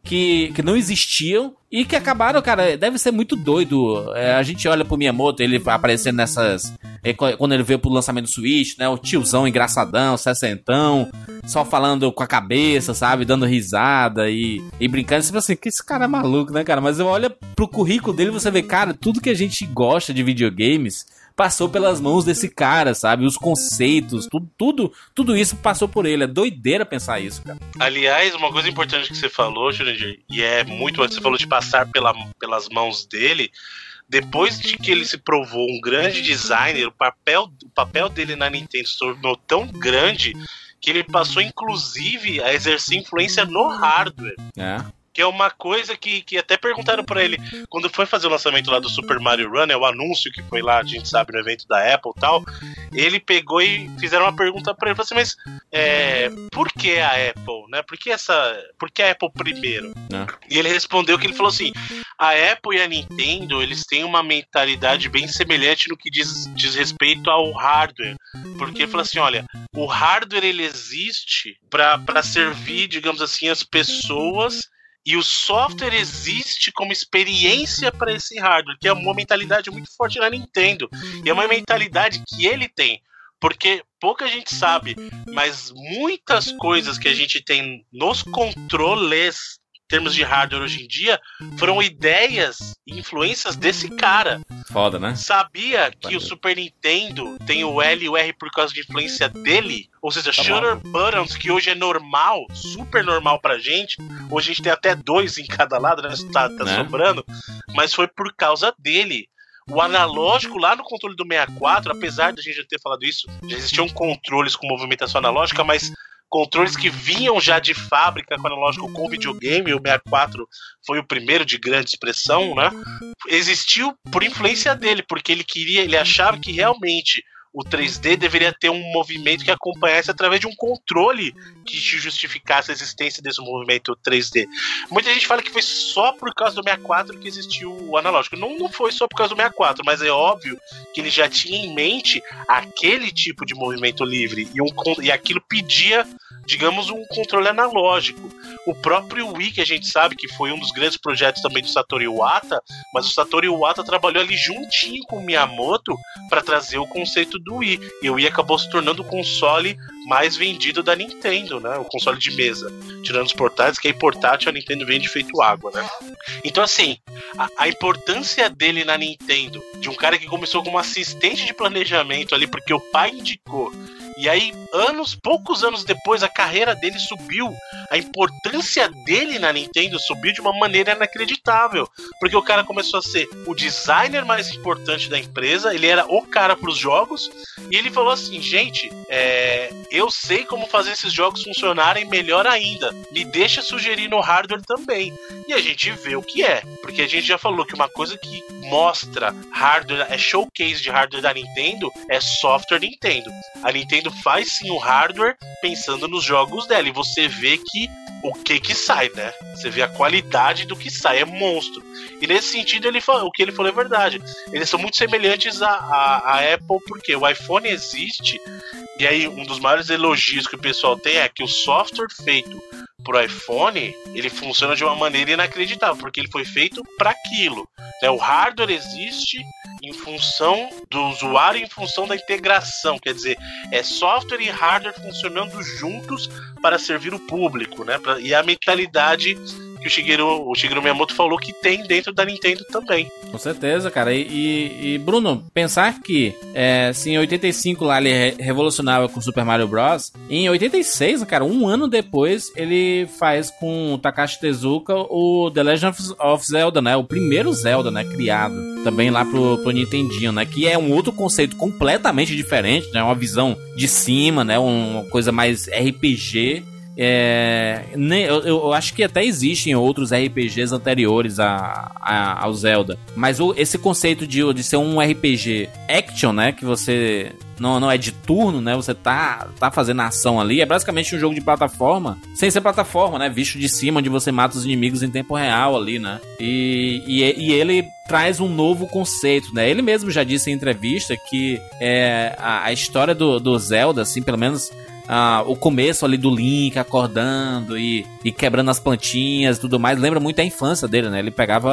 que não existiam e que acabaram, cara, deve ser muito doido. A gente olha pro Miyamoto, ele aparecendo nessas... Quando ele veio pro lançamento do Switch, né? O tiozão engraçadão, sessentão, só falando com a cabeça, sabe? Dando risada e brincando. Você fala assim, que esse cara é maluco, né, cara? Mas eu olho pro currículo dele e você vê, cara, tudo que a gente gosta de videogames passou pelas mãos desse cara, sabe? Os conceitos, tudo isso passou por ele. É doideira pensar isso, cara. Aliás, uma coisa importante que você falou, Jurandir, e é muito... Você falou de passar pelas mãos dele. Depois de que ele se provou um grande designer, o papel dele na Nintendo se tornou tão grande que ele passou, inclusive, a exercer influência no hardware. Que é uma coisa que até perguntaram pra ele quando foi fazer o lançamento lá do Super Mario Run, o anúncio que foi lá, a gente sabe, no evento da Apple e tal. Ele pegou e fizeram uma pergunta pra ele, falou assim, mas por que a Apple, né? Por que a Apple primeiro? E ele respondeu que ele falou assim, a Apple e a Nintendo, eles têm uma mentalidade bem semelhante no que diz respeito ao hardware. Porque ele falou assim, olha, o hardware ele existe pra servir, digamos assim, as pessoas. E o software existe como experiência para esse hardware, que é uma mentalidade muito forte na Nintendo. E é uma mentalidade que ele tem. Porque pouca gente sabe, mas muitas coisas que a gente tem nos controles, em termos de hardware hoje em dia, foram ideias e influências desse cara. Foda, né? Sabia que o Super Nintendo tem o L e o R por causa de influência dele? Ou seja, shutter buttons, que hoje é normal, super normal pra gente. Hoje a gente tem até 2 em cada lado, né? Tá sobrando. Mas foi por causa dele. O analógico lá no controle do 64, apesar de a gente já ter falado isso, já existiam controles com movimentação analógica, mas controles que vinham já de fábrica com analógico com videogame, o 64 foi o primeiro de grande expressão, né? Existiu por influência dele, porque ele achava que realmente o 3D deveria ter um movimento que acompanhasse através de um controle que justificasse a existência desse movimento 3D. Muita gente fala que foi só por causa do 64 que existiu o analógico. Não foi só por causa do 64, mas é óbvio que ele já tinha em mente aquele tipo de movimento livre e aquilo pedia, digamos, um controle analógico. O próprio Wii, que a gente sabe que foi um dos grandes projetos também do Satoru Iwata, mas o Satoru Iwata trabalhou ali juntinho com o Miyamoto para trazer o conceito do Wii. E o Wii acabou se tornando o console mais vendido da Nintendo, né? O console de mesa. Tirando os portáteis, que é portátil, a Nintendo vende feito água, né? Então, assim, a importância dele na Nintendo, de um cara que começou como assistente de planejamento ali, porque o pai indicou. E aí, poucos anos depois, a carreira dele subiu. A importância dele na Nintendo subiu de uma maneira inacreditável. Porque o cara começou a ser o designer mais importante da empresa. Ele era o cara pros jogos. E ele falou assim, gente, eu sei como fazer esses jogos funcionarem melhor ainda. Me deixa sugerir no hardware também. E a gente vê o que é. Porque a gente já falou que uma coisa que mostra hardware, é showcase de hardware da Nintendo, é software Nintendo. A Nintendo faz sim o hardware pensando nos jogos dela. E você vê que o que sai, né? Você vê a qualidade do que sai, é monstro. E nesse sentido, o que ele falou é verdade. Eles são muito semelhantes à Apple, porque o iPhone existe, e aí um dos maiores elogios que o pessoal tem é que o software feito pro iPhone, ele funciona de uma maneira inacreditável, porque ele foi feito para aquilo. O hardware existe em função do usuário, em função da integração, quer dizer, é software e hardware funcionando juntos para servir o público, né? E a mentalidade que o Shigeru Miyamoto falou que tem dentro da Nintendo também. Com certeza, cara. E Bruno, pensar que se em 85 lá ele revolucionava com Super Mario Bros., em 86, cara, um ano depois, ele faz com o Takashi Tezuka o The Legend of Zelda, né? O primeiro Zelda, né? Criado também lá pro Nintendinho, né? Que é um outro conceito completamente diferente, né? Uma visão de cima, né? Uma coisa mais RPG. Eu acho que até existem outros RPGs anteriores ao Zelda, mas esse conceito de ser um RPG action, né, que você não é de turno, né, você tá fazendo ação ali, é basicamente um jogo de plataforma, sem ser plataforma, né, visto de cima, onde você mata os inimigos em tempo real ali, né, e ele traz um novo conceito, né, ele mesmo já disse em entrevista que a história do Zelda, assim, pelo menos o começo ali do Link acordando e quebrando as plantinhas e tudo mais, lembra muito a infância dele, né? Ele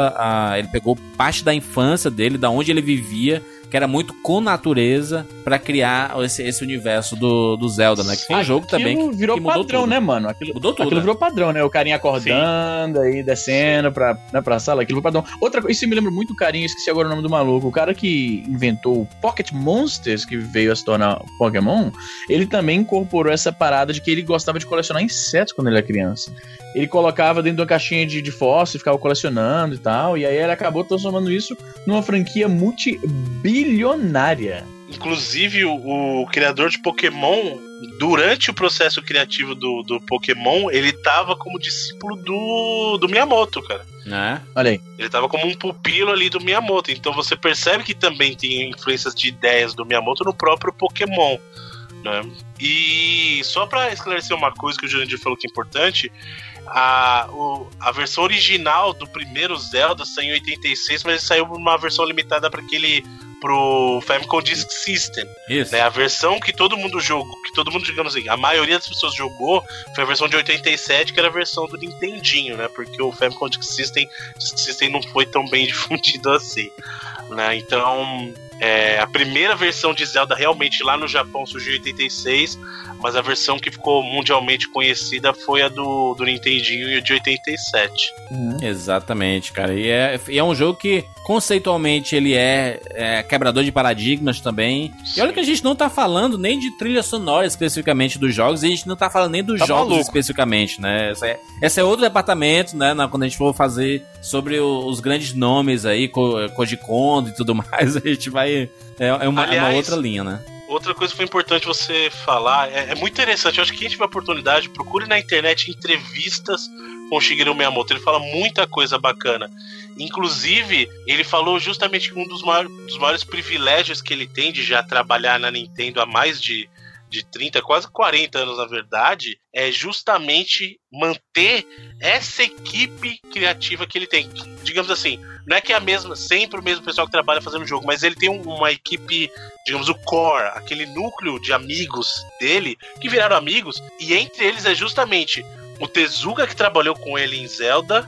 pegou parte da infância dele, da onde ele vivia, que era muito com natureza, pra criar esse universo do Zelda, né? Que foi um jogo também que virou que mudou padrão, tudo. né, mano? Mudou tudo, Aquilo né? virou padrão, né? O carinha acordando, aí descendo pra sala, aquilo virou padrão. Outra coisa, isso me lembra muito o carinha, esqueci agora o nome do maluco, o cara que inventou o Pocket Monsters, que veio a se tornar Pokémon, ele também incorporou essa parada de que ele gostava de colecionar insetos quando ele era criança. Ele colocava dentro de uma caixinha de fósforo e ficava colecionando e tal, e aí ele acabou transformando isso numa franquia multibilionária. Inclusive, o criador de Pokémon, durante o processo criativo do Pokémon, ele tava como discípulo do Miyamoto, cara. Né? Olha aí. Ele tava como um pupilo ali do Miyamoto. Então você percebe que também tem influências de ideias do Miyamoto no próprio Pokémon, né? E só pra esclarecer uma coisa que o Jurandir falou que é importante, a versão original do primeiro Zelda saiu em 86, mas saiu uma versão limitada pro Famicom Disk System. Isso. Né? A versão que todo mundo jogou, digamos assim, a maioria das pessoas jogou, foi a versão de 87, que era a versão do Nintendinho, né? Porque o Famicom Disk System não foi tão bem difundido assim, né? Então, a primeira versão de Zelda realmente lá no Japão surgiu em 86, mas a versão que ficou mundialmente conhecida foi a do Nintendinho de 87. Exatamente, cara. E é um jogo que, conceitualmente, ele é quebrador de paradigmas também. Sim. E olha que a gente não tá falando nem de trilha sonora especificamente dos jogos, e a gente não tá falando nem dos jogos maluco. especificamente, né? Esse é outro departamento, né? Quando a gente for fazer sobre os grandes nomes aí, Koji Kondo e tudo mais, a gente vai... É uma outra linha, né? Outra coisa que foi importante você falar, é muito interessante, eu acho que quem tiver oportunidade, procure na internet entrevistas com o Shigeru Miyamoto, ele fala muita coisa bacana. Inclusive, ele falou justamente que um dos maiores privilégios que ele tem de já trabalhar na Nintendo há mais de 30, quase 40 anos, na verdade, é justamente manter essa equipe criativa que ele tem. Digamos assim, não é que é sempre o mesmo pessoal que trabalha fazendo o jogo, mas ele tem uma equipe, digamos, o core, aquele núcleo de amigos dele, que viraram amigos, e entre eles é justamente o Tezuka, que trabalhou com ele em Zelda,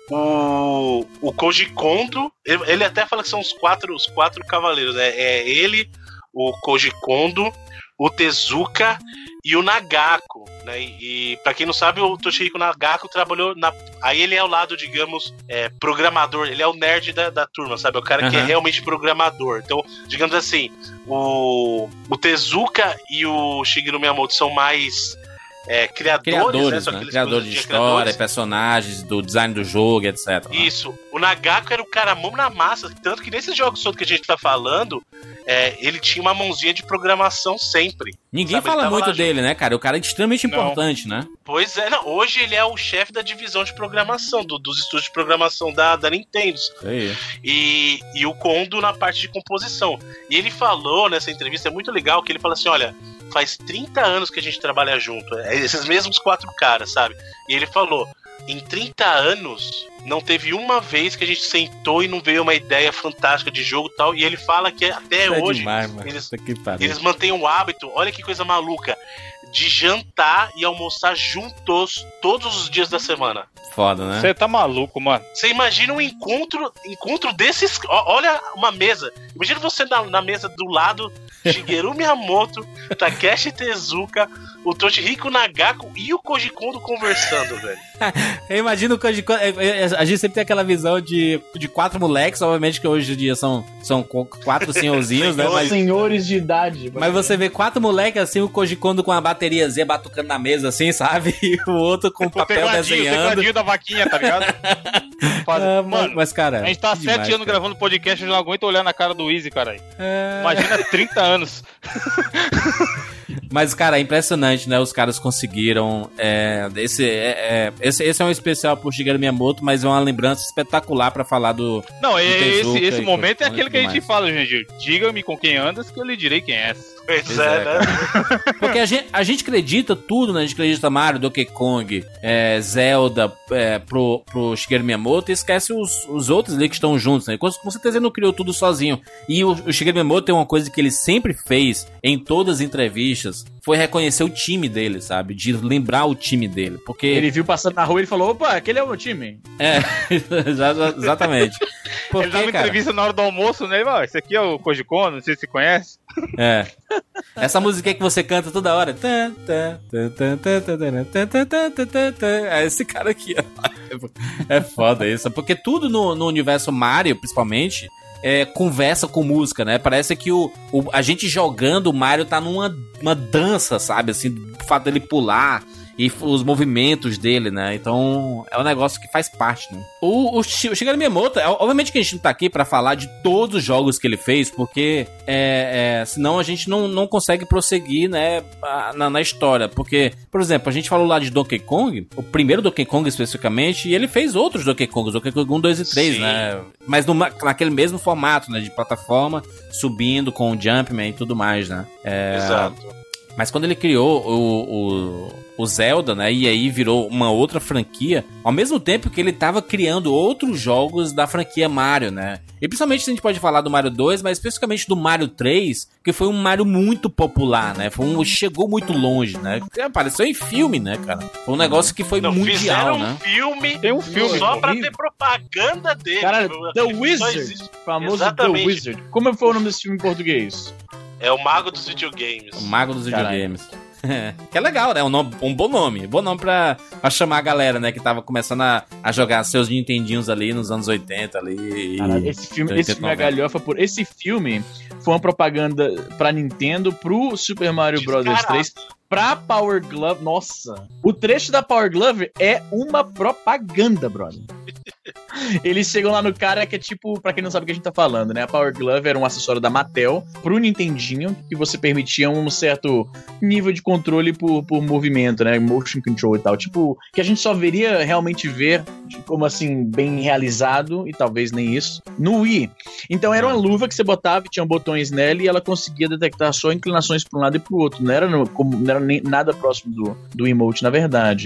o Koji Kondo, ele até fala que são os quatro cavaleiros, né? É ele, o Koji Kondo, o Tezuka e o Nagako, né? E pra quem não sabe, o Toshihiko Nagako trabalhou aí ele é o lado, digamos, programador, ele é o nerd da turma, sabe? É o cara que é realmente programador. Então, digamos assim, o Tezuka e o Shigeru Miyamoto são mais criadores, né? Criadores de história, personagens, do design do jogo, etc. Isso. O Nagako era o cara mão na massa, tanto que nesses jogos todos que a gente tá falando, ele tinha uma mãozinha de programação sempre. Ninguém fala muito dele, né, cara? O cara é extremamente importante, né? Pois é, não. Hoje ele é o chefe da divisão de programação, dos estúdios de programação da Nintendo. Aí. E o Kondo na parte de composição. E ele falou nessa entrevista, é muito legal, que ele fala assim, olha, faz 30 anos que a gente trabalha junto, esses mesmos 4 caras, sabe? E ele falou, em 30 anos, não teve uma vez que a gente sentou e não veio uma ideia fantástica de jogo e tal, e ele fala que até hoje demais, eles mantêm o hábito, olha que coisa maluca, de jantar e almoçar juntos todos os dias da semana. Foda, né? Você tá maluco, mano. Você imagina um encontro desses... Olha uma mesa. Imagina você na mesa do lado, Shigeru Miyamoto, Takeshi Tezuka, o Toshihiko Nagako e o Koji Kondo conversando, velho. Eu imagino o Koji Kondo... A gente sempre tem aquela visão de 4 moleques, obviamente que hoje em dia são 4 senhorzinhos, né? Mas, senhores de idade. Mas você vê 4 moleques assim, o Koji Kondo com a bateriazinha batucando na mesa, assim, sabe? E o outro com o papel desenhando. O da vaquinha, tá ligado? Mano, mas, cara, a gente tá há 7 anos gravando podcast, eu já não aguento olhar na cara do Easy, caralho. Imagina 30 anos. Mas, cara, é impressionante, né? Os caras conseguiram. Esse é um especial pro Shigeru Miyamoto, mas é uma lembrança espetacular pra falar do. Não, do Tezuka esse momento é aquele que a gente mais. fala, gente. Diga-me com quem andas que eu lhe direi quem és. Pois é, né? Porque a gente acredita tudo, né? A gente acredita Mario, Donkey Kong, Zelda, pro Shigeru Miyamoto e esquece os outros ali que estão juntos, né? Com certeza ele não criou tudo sozinho. E o Shigeru Miyamoto tem uma coisa que ele sempre fez em todas as entrevistas, foi reconhecer o time dele, sabe? De lembrar o time dele, porque... Ele viu passando na rua e ele falou, opa, aquele é o meu time. Exatamente. Porque, ele dá uma entrevista na hora do almoço, né? Esse aqui é o Koji Kondo, não sei se você conhece. Essa música que você canta toda hora. É esse cara aqui, ó. É foda isso. Porque tudo no universo Mario, principalmente... conversa com música, né? Parece que a gente jogando o Mario tá numa dança, sabe? Assim, o fato dele pular e os movimentos dele, né? Então, é um negócio que faz parte, né? O Shigeru Miyamoto, obviamente que a gente não tá aqui pra falar de todos os jogos que ele fez, porque senão a gente não consegue prosseguir, né, na história. Porque, por exemplo, a gente falou lá de Donkey Kong, o primeiro Donkey Kong especificamente, e ele fez outros Donkey Kongs, Donkey Kong 1, 2 e 3, né? Mas naquele mesmo formato, né, de plataforma, subindo com o Jumpman e tudo mais, né? Exato. Mas quando ele criou o Zelda, né, e aí virou uma outra franquia, ao mesmo tempo que ele tava criando outros jogos da franquia Mario, né? E principalmente a gente pode falar do Mario 2, mas especificamente do Mario 3, que foi um Mario muito popular, né? Chegou muito longe, né? Apareceu em filme, né, cara? Foi um negócio que foi mundial, né? Tem um filme só pra ter propaganda dele. Cara, The Wizard, famoso Exatamente. The Wizard. Como foi o nome desse filme em português? É o Mago dos Videogames. O Mago dos Videogames. Que é legal, né? Um bom nome. Bom nome pra chamar a galera, né? Que tava começando a jogar seus Nintendinhos ali nos anos 80 ali. Cara, esse filme é galhofa. Esse filme foi uma propaganda pra Nintendo, pro Super Mario Bros. 3, pra Power Glove. Nossa! O trecho da Power Glove é uma propaganda, brother. Eles chegam lá no cara que é tipo, pra quem não sabe o que a gente tá falando, né? A Power Glove era um acessório da Mattel pro Nintendinho, que você permitia um certo nível de controle por movimento, né? Motion control e tal. Tipo, que a gente só veria realmente ver, como assim, bem realizado, e talvez nem isso, no Wii. Então era uma luva que você botava e tinha botões nela e ela conseguia detectar só inclinações pra um lado e pro outro. Não era nada próximo do emote, na verdade.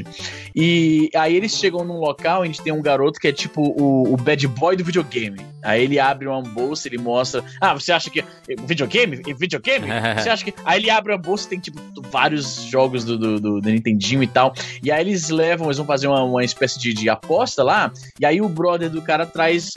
E aí eles chegam num local onde tem um garoto que é tipo o bad boy do videogame. Aí ele abre uma bolsa, ele mostra... você acha que... Videogame? Você acha que... Aí ele abre a bolsa e tem tipo vários jogos do Nintendinho e tal. E aí eles vão fazer uma espécie de aposta lá. E aí o brother do cara traz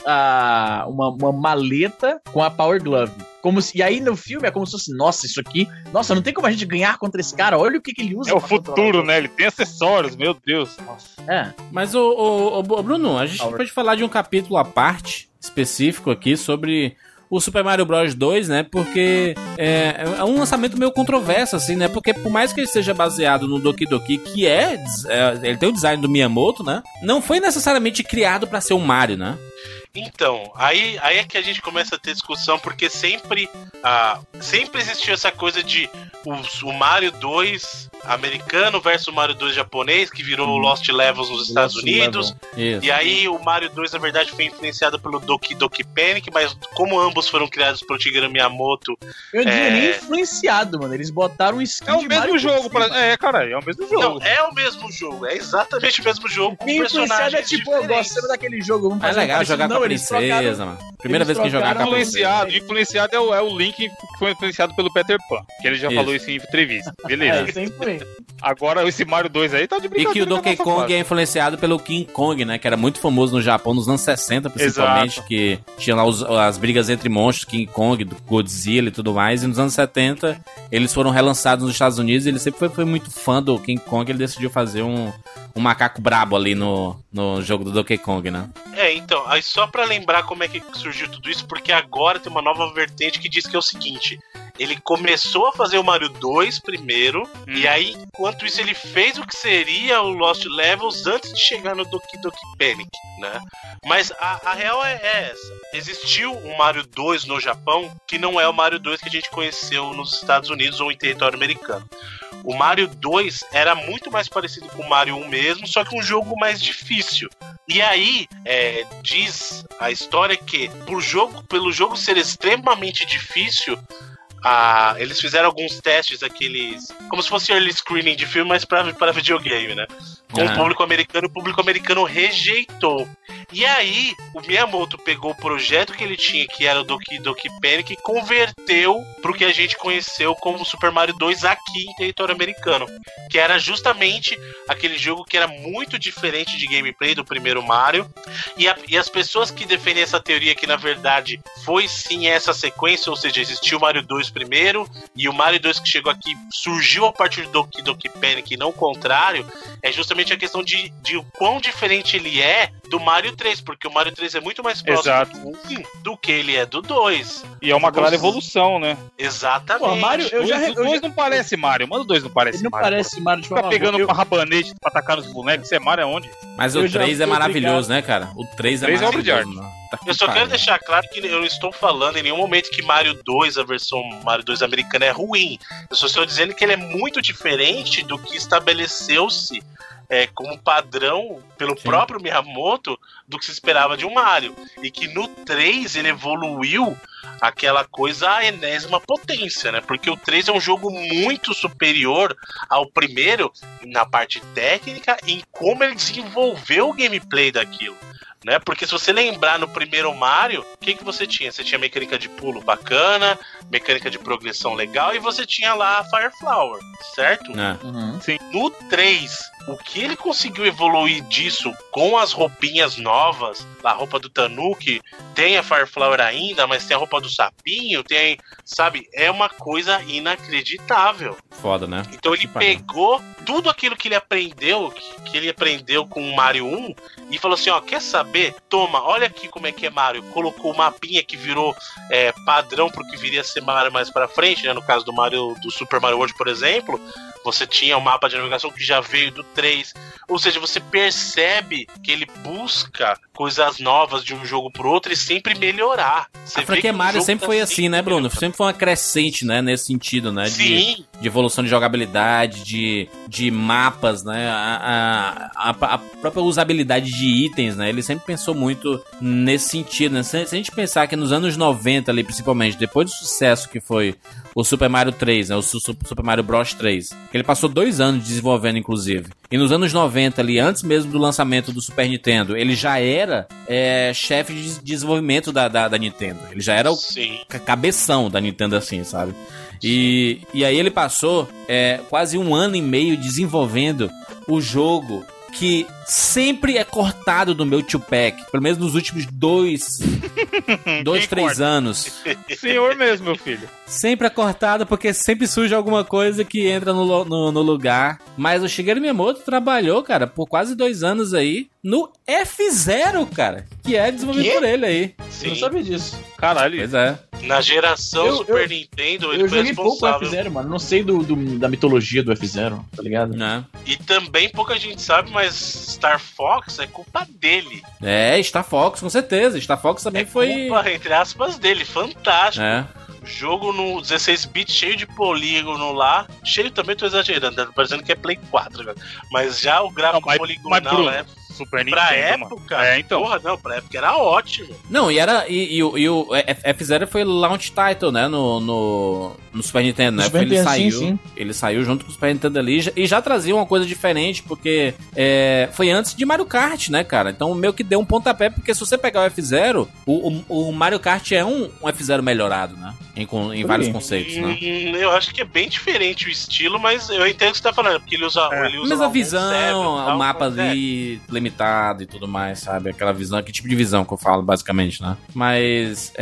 uma maleta com a Power Glove. E aí no filme é como se fosse, nossa, isso aqui... Nossa, não tem como a gente ganhar contra esse cara. Olha o que ele usa. É o futuro, né? Ele tem acessórios, meu Deus. Nossa. Mas, Bruno, a gente pode falar de um capítulo à parte, específico aqui, sobre o Super Mario Bros. 2, né? Porque é um lançamento meio controverso, assim, né? Porque por mais que ele seja baseado no Doki Doki, que ele tem o design do Miyamoto, né? Não foi necessariamente criado pra ser um Mario, né? Então, aí é que a gente começa a ter discussão, porque sempre existiu essa coisa de o Mario 2 americano versus o Mario 2 japonês, que virou o Lost Levels nos Estados Unidos. E aí o Mario 2, na verdade, foi influenciado pelo Doki Doki Panic, mas como ambos foram criados pelo Shigeru Miyamoto... Eu não diria nem influenciado, mano. Eles botaram um skin de Mario. É o mesmo jogo. É o mesmo jogo. Não, é o mesmo jogo. É exatamente o mesmo jogo, com personagens é tipo, eu gosto daquele jogo. Vamos fazer legal jogar com a princesa, mano. Primeira vez que jogar com a princesa. Influenciado é o Link que foi influenciado pelo Peter Pan, que ele já falou isso em entrevista. Beleza. Sempre. Agora esse Mario 2 aí tá de brincadeira. E que o Donkey Kong é influenciado pelo King Kong, né? Que era muito famoso no Japão nos anos 60, principalmente. Exato. Que tinha lá as brigas entre monstros, King Kong, Godzilla e tudo mais. E nos anos 70 eles foram relançados nos Estados Unidos. Ele sempre foi muito fã do King Kong. Ele decidiu fazer um macaco brabo ali no jogo do Donkey Kong, né? Então, aí só pra lembrar como é que surgiu tudo isso, porque agora tem uma nova vertente que diz que é o seguinte: ele começou a fazer o Mario 2 primeiro, e aí, enquanto isso, ele fez o que seria o Lost Levels antes de chegar no Doki Doki Panic, né? Mas a real é essa. Existiu um Mario 2 no Japão que não é o Mario 2 que a gente conheceu nos Estados Unidos ou em território americano. O Mario 2 era muito mais parecido com o Mario 1 mesmo, só que um jogo mais difícil. E aí, diz a história que pelo jogo ser extremamente difícil, eles fizeram alguns testes, aqueles... Como se fosse early screening de filme, mas para videogame, né? Com o público americano rejeitou. E aí, o Miyamoto pegou o projeto que ele tinha, que era o Doki Doki Panic, e converteu pro que a gente conheceu como Super Mario 2 aqui em território americano. Que era justamente aquele jogo que era muito diferente de gameplay do primeiro Mario. E as pessoas que defendem essa teoria que, na verdade, foi sim essa sequência, ou seja, existiu o Mario 2 primeiro, e o Mario 2 que chegou aqui surgiu a partir do Doki Doki Panic, e não o contrário, é justamente a questão de o quão diferente ele é do Mario 3, porque o Mario 3 é muito mais próximo do que ele é do 2. E é uma clara evolução, né? Exatamente. Pô, Mario, o 2 não parece Mario, mano, o 2 não parece Mario. Ele não parece Mario de forma alguma. Tá pegando uma rabanete pra atacar nos bonecos, você é Mario aonde? Mas o 3 é maravilhoso, né, cara? O 3 é maravilhoso. Eu só quero deixar claro que eu não estou falando em nenhum momento que Mario 2, a versão Mario 2 americana, é ruim. Eu só estou dizendo que ele é muito diferente do que estabeleceu-se como padrão pelo próprio Miyamoto do que se esperava de um Mario. E que no 3 ele evoluiu aquela coisa à enésima potência, né? Porque o 3 é um jogo muito superior ao primeiro na parte técnica e em como ele desenvolveu o gameplay daquilo. Né? Porque se você lembrar no primeiro Mario, o que você tinha? Você tinha mecânica de pulo bacana, mecânica de progressão legal, e você tinha lá a Fire Flower, certo? Sim. No 3, o que ele conseguiu evoluir disso com as roupinhas novas, a roupa do Tanuki, tem a Fire Flower ainda, mas tem a roupa do sapinho, tem, sabe? É uma coisa inacreditável. Foda, né? Então ele pegou tudo aquilo que ele aprendeu, com o Mario 1, e falou assim, ó, quer saber? Toma, olha aqui como é que é Mario. Colocou o mapinha que virou padrão pro que viria a ser Mario mais pra frente, né? No caso do Super Mario World, por exemplo, você tinha o mapa de navegação que já veio do 3. Ou seja, você percebe que ele busca coisas novas de um jogo pro outro e sempre melhorar. A franquia Mario sempre foi assim, né, Bruno? Sempre foi uma crescente, né, nesse sentido, né? Sim. De evolução de jogabilidade, de mapas, né? A própria usabilidade de itens, né? Ele sempre pensou muito nesse sentido, né? Se a gente pensar que nos anos 90 ali, principalmente, depois do sucesso que foi o Super Mario 3, né? O Super Mario Bros 3, que ele passou 2 anos desenvolvendo, inclusive. E nos anos 90 ali, antes mesmo do lançamento do Super Nintendo, ele já era chefe de desenvolvimento da Nintendo. Ele já era o cabeção da Nintendo, assim, sabe? E aí ele passou quase 1 ano e meio desenvolvendo o jogo que sempre é cortado do meu 2-pack, pelo menos nos últimos 3 anos. Senhor mesmo, meu filho. Sempre é cortado porque sempre surge alguma coisa que entra no lugar. Mas o Shigeru Miyamoto trabalhou, cara, por quase 2 anos aí no F-Zero, cara, que é desenvolvido por ele aí. Sim. Eu não sabia disso. Caralho. Pois é. Na geração Super Nintendo, ele foi responsável. Eu joguei pouco o F-Zero, mano. Não sei da mitologia do F-Zero, tá ligado? Não. E também pouca gente sabe, mas Star Fox é culpa dele. Star Fox, com certeza. Star Fox também foi... culpa, entre aspas, dele. Fantástico. Jogo no 16-bit cheio de polígono lá. Cheio também, tô exagerando, tá parecendo que é Play 4, cara. Mas já o gráfico poligonal é... Super Nintendo, pra época, então. Porra, não, pra época era ótimo. Não, e o F-Zero foi launch title, né, no Super Nintendo, né? Super Nintendo, sim. Ele saiu junto com o Super Nintendo ali e já trazia uma coisa diferente, porque foi antes de Mario Kart, né, cara? Então meio que deu um pontapé, porque se você pegar o F-Zero, o Mario Kart é um F-Zero melhorado, né? Em vários conceitos, né? Eu acho que é bem diferente o estilo, mas eu entendo o que você tá falando, porque ele usa mas a visão, o mapa ali limitado e tudo mais, sabe? Aquela visão, que tipo de visão que eu falo, basicamente, né? Mas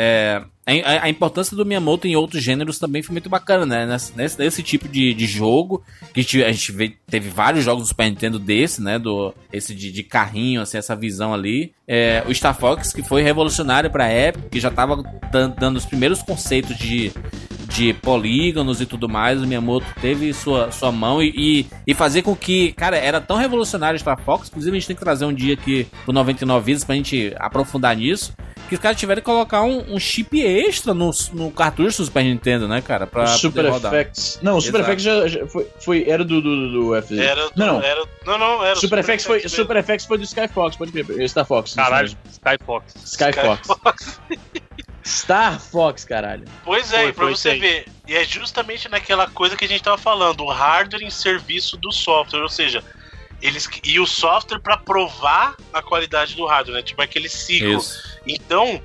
a importância do Miyamoto em outros gêneros também foi muito bacana, né? Nesse tipo de jogo, que a gente teve vários jogos do Super Nintendo desse, né? Esse de carrinho, assim, essa visão ali. O Star Fox, que foi revolucionário pra época, que já tava dando os primeiros conceitos de polígonos e tudo mais. O Miyamoto teve sua mão e fazer com que, cara, era tão revolucionário o Star Fox. Inclusive a gente tem que trazer um dia aqui pro 99 Vidas pra gente aprofundar nisso, que os caras tiveram que colocar um chip extra no cartucho do Super Nintendo, né, cara, pra Super Effects. Não, o Super Effects já era do F. Era Super Effects foi do Sky Fox, pode crer, Star Fox. Caralho, Sky Fox. Star Fox, caralho. Pois é, e pra você ver, e é justamente naquela coisa que a gente tava falando, o hardware em serviço do software, ou seja, e o software pra provar a qualidade do hardware, né? Tipo aquele ciclo. Isso. Então,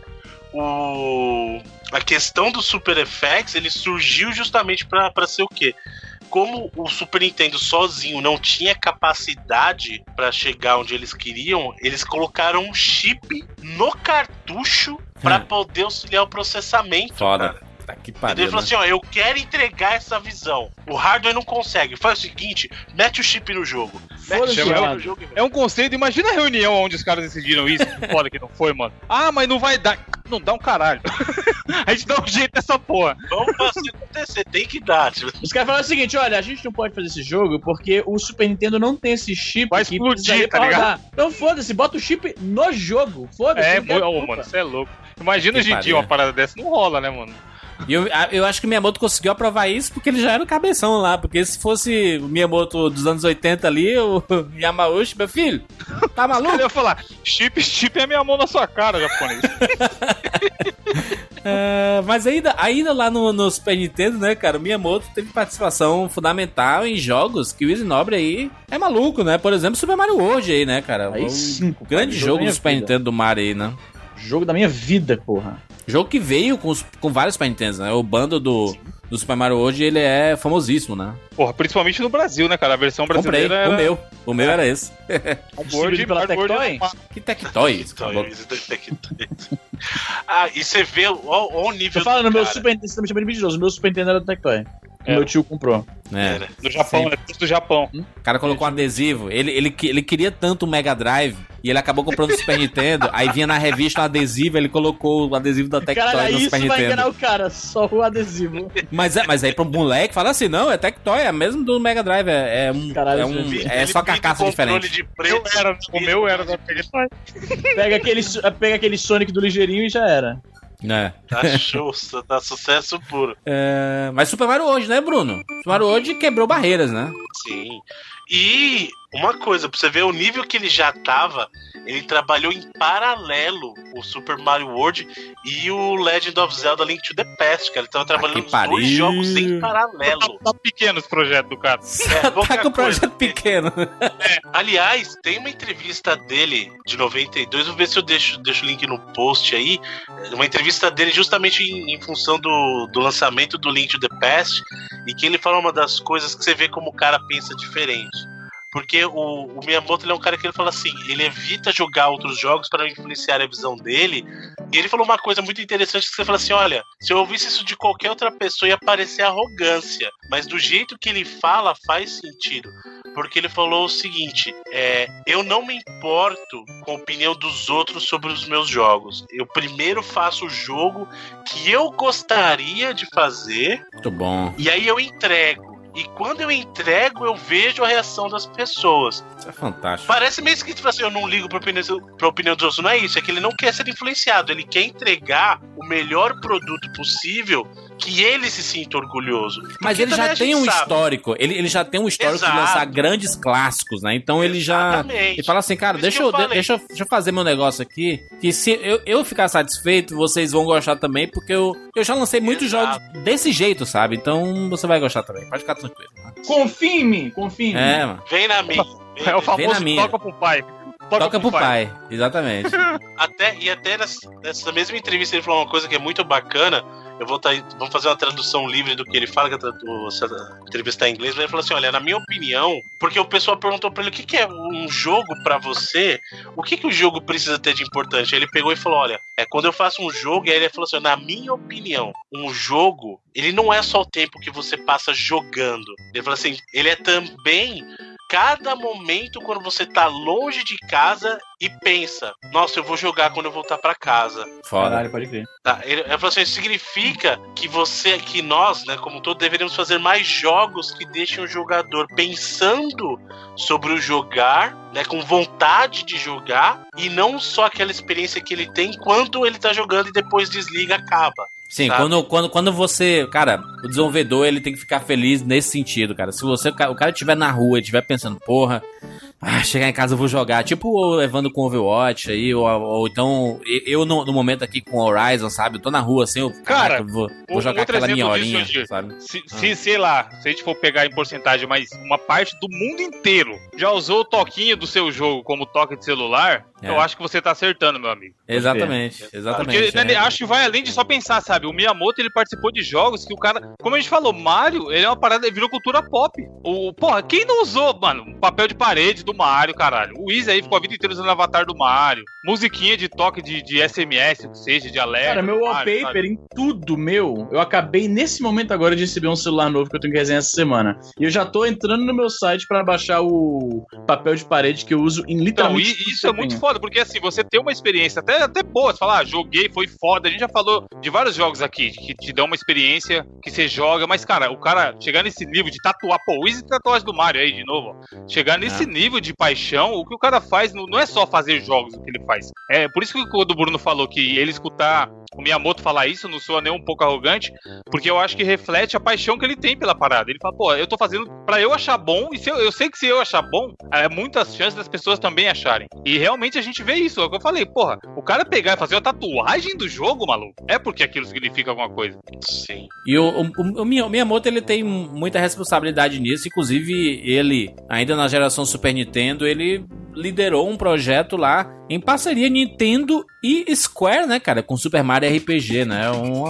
a questão do Super FX, ele surgiu justamente pra ser o quê? Como o Super Nintendo sozinho não tinha capacidade pra chegar onde eles queriam, eles colocaram um chip no cartucho pra poder auxiliar o processamento. Foda. Cara. Tá que Ele pariu, falou né? assim, ó, eu quero entregar essa visão. O hardware não consegue. Faz o seguinte, mete o chip no jogo. Mete o chip no jogo. É um conceito, imagina a reunião onde os caras decidiram isso, que foda que não foi, mano. Ah, mas não vai dar. Não dá um caralho. A gente dá um jeito nessa porra. Vamos fazer acontecer, tem que dar. Tipo. Os caras falaram o seguinte, olha, a gente não pode fazer esse jogo porque o Super Nintendo não tem esse chip vai que explodir, tá ligado? Então foda-se, bota o chip no jogo. Foda-se. Mano, você é louco. Imagina hoje em dia uma parada dessa, não rola, né, mano? E eu acho que o Miyamoto conseguiu aprovar isso porque ele já era o cabeção lá. Porque se fosse o Miyamoto dos anos 80 ali, o Yamauchi, meu filho, tá maluco? Eu ia falar, chip é minha mão na sua cara, japonês. Mas ainda lá no Super Nintendo, né, cara, o Miyamoto teve participação fundamental em jogos que o Izinobre aí é maluco, né? Por exemplo, Super Mario World aí, né, cara? Aí sim, o grande jogo do Super Nintendo do Mario aí, né? Jogo da minha vida, porra. Jogo que veio com vários Super Nintendos, né? O bundle do Super Mario World, ele é famosíssimo, né? Porra, principalmente no Brasil, né, cara? A versão brasileira Comprei, o meu era esse. Distribuído pela Tectoy? Que Tectoy? E você vê o nível. Eu falo no meu Super Nintendo, você tá me chamando de mentiroso. O meu Super Nintendo era do Tectoy. Meu tio comprou. No Japão, né? Do Japão. O cara colocou um adesivo. Ele queria tanto o Mega Drive e ele acabou comprando o Super Nintendo. Aí vinha na revista um adesivo, ele colocou o adesivo da Tectoy no Super Nintendo. Isso vai enganar o cara, só o adesivo. Mas aí pro moleque fala assim, não, é Tectoy, é mesmo do Mega Drive, é só carcaça diferente. O meu era da Tectoy. Pega aquele Sonic do ligeirinho e já era. Tá show, tá sucesso puro. Mas Super Mario World, né, Bruno? Super Mario World quebrou barreiras, né? Sim. E uma coisa, pra você ver o nível que ele já tava, ele trabalhou em paralelo o Super Mario World e o Legend of Zelda Link to the Past, cara. Ele tava trabalhando os dois jogos em paralelo. Tá pequeno esse projeto do cara. Tá com o projeto pequeno. Aliás, tem uma entrevista dele de 92, vou ver se eu deixo o link no post aí. Uma entrevista dele justamente em função do lançamento do Link to the Past, e que ele fala uma das coisas que você vê como o cara pensa diferente. Porque o Miyamoto, ele é um cara que ele fala assim, ele evita jogar outros jogos para não influenciar a visão dele. E ele falou uma coisa muito interessante, que você fala assim, olha, se eu ouvisse isso de qualquer outra pessoa ia parecer arrogância, mas do jeito que ele fala faz sentido. Porque ele falou o seguinte, eu não me importo com a opinião dos outros sobre os meus jogos. Eu primeiro faço o jogo que eu gostaria de fazer. Muito bom. E aí eu entrego. E quando eu entrego, eu vejo a reação das pessoas. Isso é fantástico. Parece meio esquisito falar assim, eu não ligo pra opinião dos outros. Não é isso, é que ele não quer ser influenciado. Ele quer entregar o melhor produto possível que ele se sinta orgulhoso. Mas ele já tem um histórico. Ele já tem um histórico de lançar grandes clássicos, né? Então ele já... Ele fala assim, cara, deixa eu fazer meu negócio aqui, que se eu ficar satisfeito, vocês vão gostar também, porque eu já lancei muitos jogos desse jeito, sabe? Então você vai gostar também. Pode ficar tranquilo. Né? Confia em mim. Mano. Vem na minha. É o famoso toca pro pai. Toca pro pai, exatamente. Até nessa mesma entrevista ele falou uma coisa que é muito bacana. Vamos fazer uma tradução livre do que ele fala, que essa entrevista tá em inglês, mas ele falou assim, olha, na minha opinião, porque o pessoal perguntou pra ele, o que é um jogo pra você? O que o jogo precisa ter de importante? Aí ele pegou e falou, olha, quando eu faço um jogo, e aí ele falou assim, na minha opinião, um jogo, ele não é só o tempo que você passa jogando. Ele falou assim, ele é também... cada momento quando você tá longe de casa e pensa, nossa, eu vou jogar quando eu voltar pra casa. Foda. Caralho, pode crer. Tá, ele falou assim, isso significa que nós, né, como todo, deveríamos fazer mais jogos que deixem o jogador pensando sobre o jogar, né, com vontade de jogar, e não só aquela experiência que ele tem quando ele tá jogando e depois desliga, acaba. Sim, quando você... Cara, o desenvolvedor, ele tem que ficar feliz nesse sentido, cara. Se o cara estiver na rua e estiver pensando, porra, chegar em casa eu vou jogar, tipo levando com Overwatch aí, ou então eu no momento aqui com Horizon, sabe? Eu tô na rua assim, cara, vou jogar aquela minha horinha, sabe? Se, sei lá, se a gente for pegar em porcentagem, mas uma parte do mundo inteiro já usou o toquinho do seu jogo como toque de celular, eu acho que você tá acertando, meu amigo. Exatamente. Porque acho que vai além de só pensar, sabe? O Miyamoto, ele participou de jogos que o cara, como a gente falou, Mario, ele é uma parada, virou cultura pop. Porra, quem não usou, mano, papel de parede do Mario, caralho? O Easy aí ficou a vida inteira usando o avatar do Mario, musiquinha de toque de SMS, ou seja, de alerta. Cara, meu wallpaper em tudo, eu acabei nesse momento agora de receber um celular novo que eu tenho que resenhar essa semana. E eu já tô entrando no meu site pra baixar o papel de parede que eu uso em literalmente... Então, isso é muito foda, porque assim, você tem uma experiência até boa, você fala, joguei, foi foda. A gente já falou de vários jogos aqui, que te dão uma experiência, que você joga, mas cara, o cara chegar nesse nível de tatuar, o Easy tatuagem do Mario aí, de novo, ó. Chegar nesse nível de paixão, o que o cara faz não é só fazer jogos, o que ele faz. É por isso que quando o Bruno falou que ele escutar o Miyamoto falar isso não soa nem um pouco arrogante, porque eu acho que reflete a paixão que ele tem pela parada. Ele fala, pô, eu tô fazendo pra eu achar bom, e eu sei que se eu achar bom, é muitas chances das pessoas também acharem. E realmente a gente vê isso, é o que eu falei, porra, o cara pegar e fazer uma tatuagem do jogo, maluco, é porque aquilo significa alguma coisa. Sim. E o Miyamoto, ele tem muita responsabilidade nisso, inclusive ele, ainda na geração Super Nintendo, ele liderou um projeto lá em parceria Nintendo e Square, né, cara, com Super Mario RPG, né,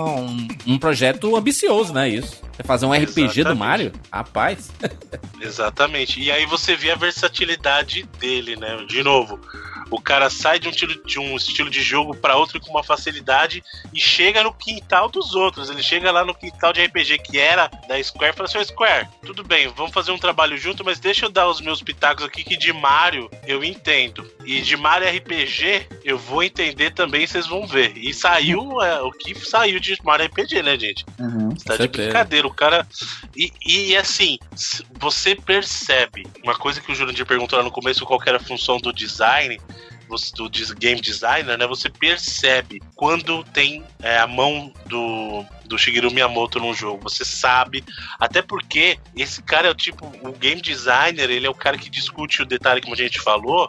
um projeto ambicioso, né, isso. Vai fazer um RPG do Mario? Rapaz. Exatamente. E aí você vê a versatilidade dele, né, de novo. O cara sai de um estilo de jogo pra outro com uma facilidade e chega no quintal dos outros. Ele chega lá no quintal de RPG que era da Square e fala assim, ô Square, tudo bem, vamos fazer um trabalho junto, mas deixa eu dar os meus pitacos aqui que de Mario eu entendo. E de Mario RPG eu vou entender também, vocês vão ver. E saiu o que saiu de Mario RPG, né, gente? Você tá de brincadeira, o cara... E assim, você percebe, uma coisa que o Jurandir perguntou lá no começo, qual que era a função do design, do game designer, né? Você percebe quando tem a mão do Shigeru Miyamoto num jogo. Você sabe, até porque esse cara é o tipo, o game designer, ele é o cara que discute o detalhe, como a gente falou,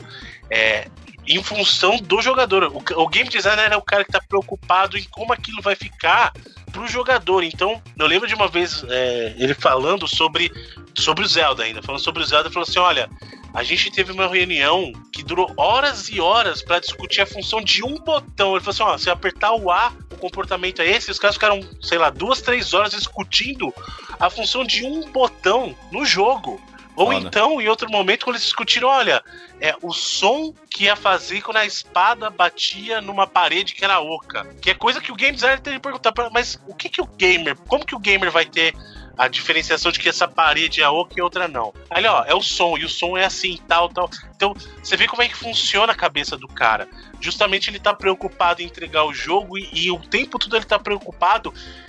em função do jogador. O game designer é o cara que tá preocupado em como aquilo vai ficar pro jogador. Então, eu lembro de uma vez ele falando sobre o Zelda ainda, falando sobre o Zelda, falou assim, olha, a gente teve uma reunião que durou horas e horas pra discutir a função de um botão. Ele falou assim, ó, se apertar o A, o comportamento é esse. Os caras ficaram, sei lá, 2-3 horas discutindo a função de um botão no jogo. Ou então, em outro momento, quando eles discutiram, olha, o som que ia fazer quando a espada batia numa parede que era oca. Que é coisa que o game designer tem que perguntar, mas o que o gamer, como que o gamer vai ter a diferenciação de que essa parede é oca e outra não? Aí, ó, é o som, e o som é assim, tal. Então, você vê como é que funciona a cabeça do cara. Justamente ele tá preocupado em entregar o jogo e o tempo todo ele tá preocupado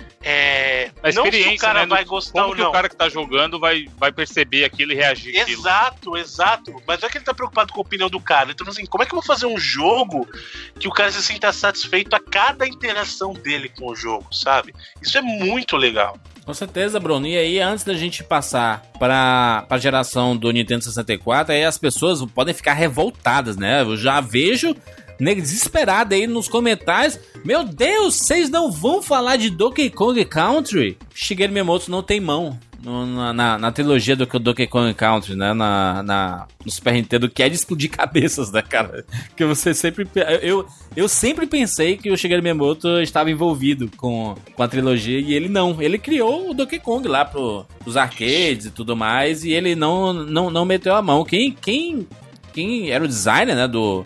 não se o cara, né, vai gostar ou não. Como que o cara que tá jogando vai perceber aquilo e reagir àquilo. Exato. Mas não é que ele tá preocupado com a opinião do cara. Ele tá falando assim, como é que eu vou fazer um jogo que o cara se sinta satisfeito a cada interação dele com o jogo, sabe? Isso é muito legal. Com certeza, Bruno. E aí, antes da gente passar pra geração do Nintendo 64, aí as pessoas podem ficar revoltadas, né? Eu já vejo desesperado aí nos comentários. Meu Deus, vocês não vão falar de Donkey Kong Country? Shigeru Miyamoto não tem mão na trilogia do Donkey Kong Country, né? No Super Nintendo, que é de explodir cabeças, né, cara? Que você sempre... Eu sempre pensei que o Shigeru Miyamoto estava envolvido com a trilogia, e ele não. Ele criou o Donkey Kong lá pros arcades e tudo mais, e ele não meteu a mão. Quem era o designer, né, do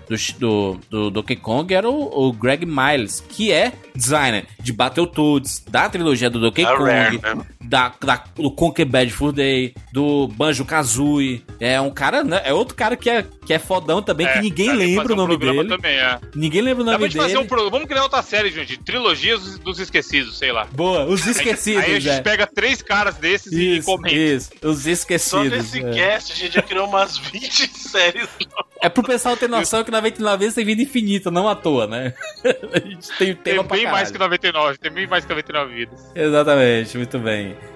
Donkey Kong era o Greg Miles, que é designer de Battletoads, da trilogia do Donkey Kong, Rare, né? do Conker Bad Fur Day, do Banjo-Kazooie. É um cara, né? É outro cara que é fodão também, que ninguém lembra o nome dele. Também, Ninguém lembra o nome dele. Vamos criar outra série, gente. Trilogias dos Esquecidos, sei lá. Boa, os Esquecidos. Aí a gente pega 3 caras desses e comenta. Isso, os Esquecidos. Só nesse cast a gente já criou umas 20 séries. É pro pessoal ter noção que 99 vezes tem vida infinita, não à toa, né? A gente tem tema pra bem mais que 99, tem bem mais que 99 vidas. Exatamente, muito bem.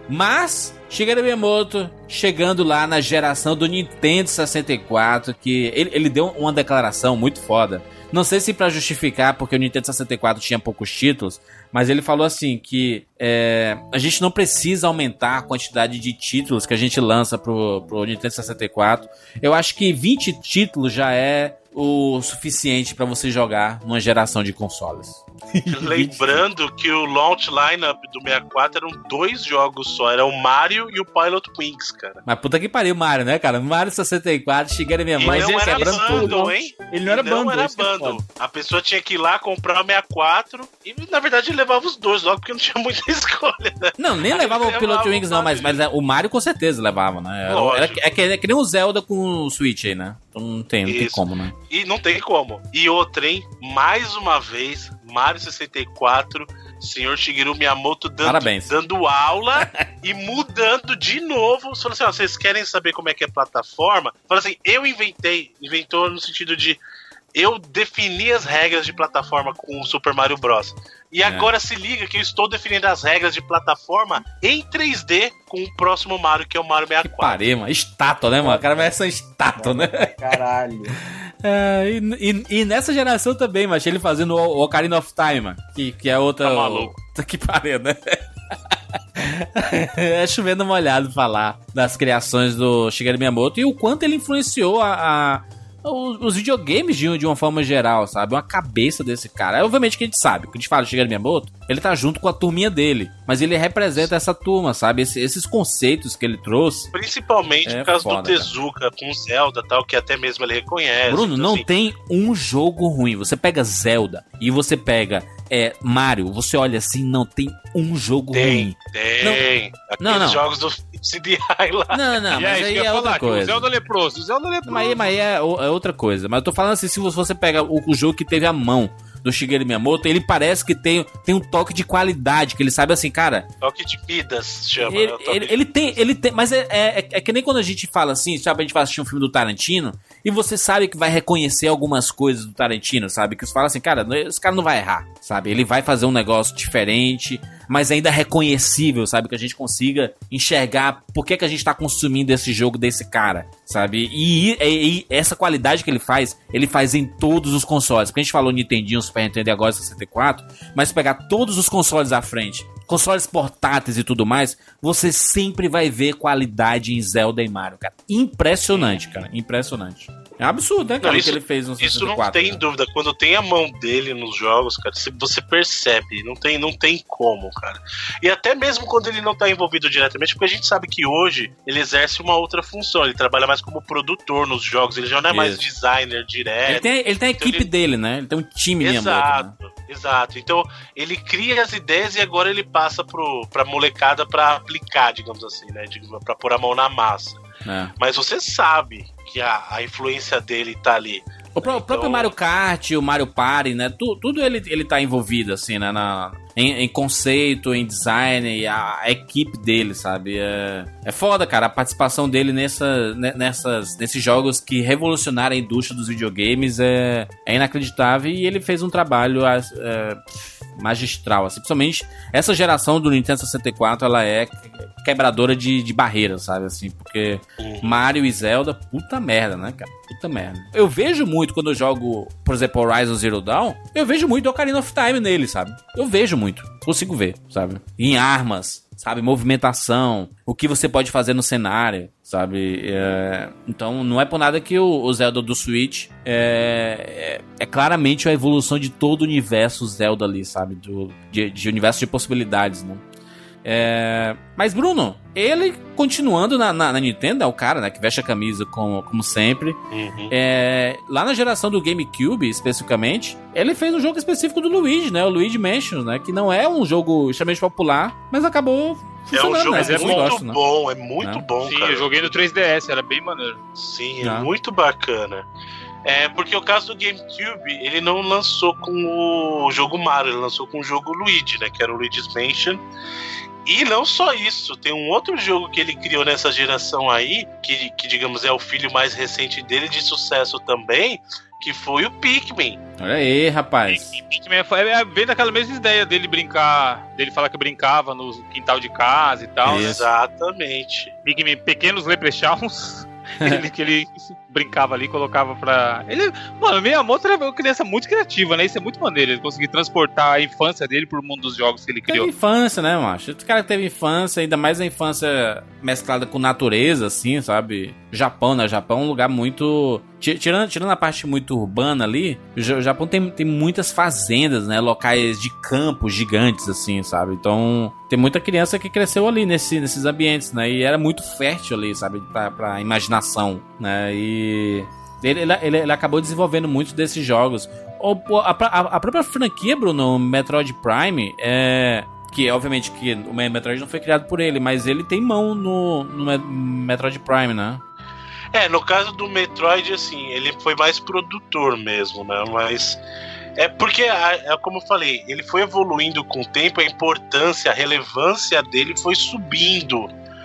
Mas Shigeru Miyamoto chegando lá na geração do Nintendo 64, que ele deu uma declaração muito foda. Não sei se pra justificar, porque o Nintendo 64 tinha poucos títulos, mas ele falou assim que a gente não precisa aumentar a quantidade de títulos que a gente lança pro Nintendo 64. Eu acho que 20 títulos já é o suficiente pra você jogar numa geração de consoles. Lembrando que o launch lineup do 64 eram 2 jogos só, era o Mario e o Pilot Wings, cara. Mas puta que pariu, Mario, né, cara? Mario 64, Shigeru Miyamoto. Mas não era bundle, hein? Ele não era bundle. Não era bundle. A pessoa tinha que ir lá comprar o 64 e, na verdade, ele levava os dois logo, porque não tinha muita escolha, né? Não, nem levava o Pilot Wings, não, mas o Mario com certeza levava, né? É que nem o Zelda com o Switch aí, né? Então não tem como, né? E não tem como. E outra, hein? Mais uma vez, Mario 64, senhor Shigeru Miyamoto dando aula e mudando de novo. Falou assim, ó, vocês querem saber como é que é plataforma? Falou assim, inventou no sentido de eu defini as regras de plataforma com o Super Mario Bros. E agora se liga que eu estou definindo as regras de plataforma em 3D com o próximo Mario, que é o Mario 64. Que pariu, mano. Estátua, né, mano? O cara vai ser estátua, né? Caralho. E nessa geração também, mas ele fazendo o Ocarina of Time, mano, que é outra... Tá maluco. Que pariu, né? É chovendo molhado falar das criações do Shigeru Miyamoto e o quanto ele influenciou os videogames de uma forma geral, sabe? Uma cabeça desse cara. Obviamente que a gente sabe, quando a gente fala de Shigeru Miyamoto, ele tá junto com a turminha dele, mas ele representa essa turma, sabe? Esses conceitos que ele trouxe. Principalmente por causa do Tezuka com Zelda, tal, que até mesmo ele reconhece. Bruno, então, não tem um jogo ruim. Você pega Zelda e você pega Mario, você olha assim, não tem um jogo ruim. Tem. Aqueles jogos do CDI lá. Não, mas aí é outra coisa. O Zelda leproso. Mas é outra coisa. Mas eu tô falando assim, se você pega o jogo que teve a mão do Shigeru Miyamoto, ele parece que tem um toque de qualidade, que ele sabe assim, cara... Toque de Midas, chama. Ele tem, mas é que nem quando a gente fala assim, sabe, a gente vai assistir um filme do Tarantino, e você sabe que vai reconhecer algumas coisas do Tarantino, sabe, que você fala assim, cara, esse cara não vai errar, sabe, ele vai fazer um negócio diferente, mas ainda reconhecível, sabe, que a gente consiga enxergar por que a gente tá consumindo esse jogo desse cara, sabe, e essa qualidade que ele faz em todos os consoles, porque a gente falou Nintendinho, Super Nintendo e agora 64, mas pegar todos os consoles à frente, consoles portáteis e tudo mais, você sempre vai ver qualidade em Zelda e Mario, cara. Impressionante, cara. Impressionante. É um absurdo, né, cara, o que ele fez no 64. Isso não tem dúvida. Quando tem a mão dele nos jogos, cara, você percebe. Não tem como, cara. E até mesmo quando ele não tá envolvido diretamente, porque a gente sabe que hoje ele exerce uma outra função. Ele trabalha mais como produtor nos jogos. Ele já não é mais designer direto. Ele tem a equipe dele, né? Ele tem um time mesmo. Exato. Então, ele cria as ideias e agora ele passa pra molecada pra aplicar, digamos assim, né? Pra pôr a mão na massa. Mas você sabe que a influência dele tá ali. O próprio Mario Kart, o Mario Party, né? Tudo ele tá envolvido, assim, né? Em conceito, em design, e a equipe dele, sabe? É foda, cara, a participação dele nesses jogos que revolucionaram a indústria dos videogames é inacreditável, e ele fez um trabalho magistral, assim. Principalmente essa geração do Nintendo 64, ela é quebradora de barreiras, sabe, assim, porque Mario e Zelda, puta merda, né, cara, puta merda. Eu vejo muito quando eu jogo, por exemplo, Horizon Zero Dawn, eu vejo muito Ocarina of Time nele, sabe, eu vejo muito, consigo ver, sabe, em armas, sabe, movimentação, o que você pode fazer no cenário, sabe, então não é por nada que o Zelda do Switch é claramente a evolução de todo o universo Zelda ali, sabe, de universo de possibilidades, né. Mas Bruno, ele continuando na Nintendo, é o cara, né, que veste a camisa como sempre. Lá na geração do GameCube, especificamente, ele fez um jogo específico do Luigi, né, o Luigi Mansion, né, que não é um jogo extremamente popular, mas acabou funcionando, é um jogo muito né? bom, é muito bom, sim, cara. Sim, eu joguei no 3DS, era bem maneiro. Sim, é muito bacana. Porque o caso do GameCube, ele não lançou com o jogo Mario, ele lançou com o jogo Luigi, né, que era o Luigi's Mansion. E não só isso, tem um outro jogo que ele criou nessa geração aí, que digamos é o filho mais recente dele, de sucesso também, que foi o Pikmin. Olha aí, rapaz. Pikmin vem daquela mesma ideia dele brincar, dele falar que brincava no quintal de casa e tal. Né? Exatamente. Pikmin, pequenos leprechauns. que ele brincava ali, colocava pra... Mano, o Miyamoto era uma criança muito criativa, né? Isso é muito maneiro, ele conseguir transportar a infância dele pro mundo dos jogos que ele criou. Teve infância, né, macho? O cara teve infância, ainda mais a infância mesclada com natureza, assim, sabe? Japão, né? O Japão é um lugar muito... Tirando a parte muito urbana ali, o Japão tem muitas fazendas, né? Locais de campos gigantes, assim, sabe? Então, tem muita criança que cresceu ali nesses ambientes, né? E era muito fértil ali, sabe? Pra imaginação, né? E ele acabou desenvolvendo muitos desses jogos. A própria franquia, Bruno, Metroid Prime, que obviamente que o Metroid não foi criado por ele, mas ele tem mão no Metroid Prime, né? No caso do Metroid, assim, ele foi mais produtor mesmo, né? Mas porque, como eu falei, ele foi evoluindo com o tempo, a importância, a relevância dele foi subindo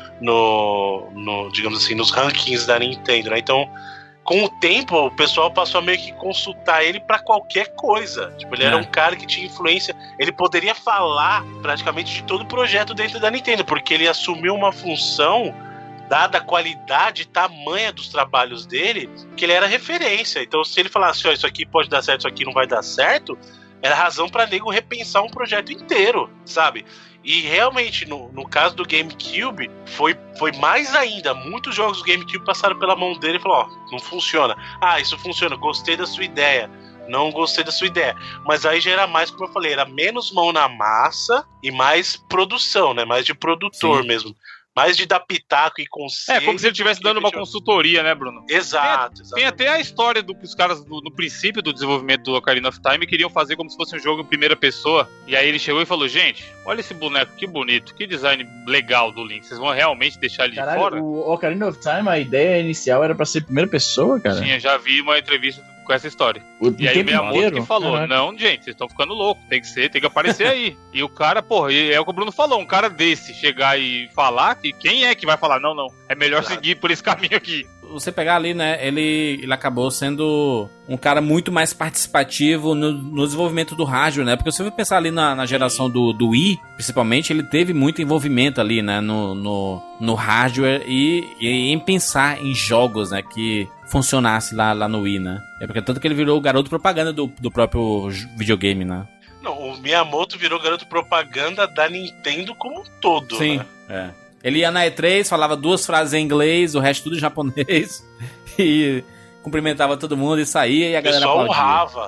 digamos assim, nos rankings da Nintendo, né? Então, com o tempo, o pessoal passou a meio que consultar ele pra qualquer coisa. Tipo, ele era um cara que tinha influência, ele poderia falar praticamente de todo o projeto dentro da Nintendo, porque ele assumiu uma função, dada a qualidade tamanha dos trabalhos dele, que ele era referência. Então, se ele falasse, isso aqui pode dar certo, isso aqui não vai dar certo, era razão pra nego repensar um projeto inteiro, sabe? E realmente, no caso do GameCube, foi mais ainda. Muitos jogos do GameCube passaram pela mão dele e falou, não funciona. Isso funciona, gostei da sua ideia. Não gostei da sua ideia. Mas aí já era mais, como eu falei, era menos mão na massa e mais produção, né? Mais de produtor. Sim. Mesmo. Mais de dar pitaco e conceito. Como se ele estivesse dando uma consultoria, né, Bruno? Exato. Tem até a história do que os caras, no princípio do desenvolvimento do Ocarina of Time, queriam fazer como se fosse um jogo em primeira pessoa. E aí ele chegou e falou, gente, olha esse boneco, que bonito, que design legal do Link. Vocês vão realmente deixar ele de fora? O Ocarina of Time, a ideia inicial era pra ser primeira pessoa, cara? Sim, eu já vi uma entrevista com essa história. E aí Miyamoto que falou, não, gente, vocês estão ficando loucos, tem que aparecer aí. E o cara, é o que o Bruno falou, um cara desse chegar e falar, que quem é que vai falar, não, é melhor seguir por esse caminho aqui. Você pegar ali, né, ele acabou sendo um cara muito mais participativo no desenvolvimento do hardware, né, porque se você pensar ali na geração do Wii, principalmente, ele teve muito envolvimento ali, né, no hardware e em pensar em jogos, né, que funcionasse lá no Wii, né, porque tanto que ele virou o garoto propaganda do próprio videogame, né. Não, o Miyamoto virou garoto propaganda da Nintendo como um todo, sim, né? Ele ia na E3, falava 2 frases em inglês, o resto tudo em japonês, e cumprimentava todo mundo e saía e a galera aplaudia.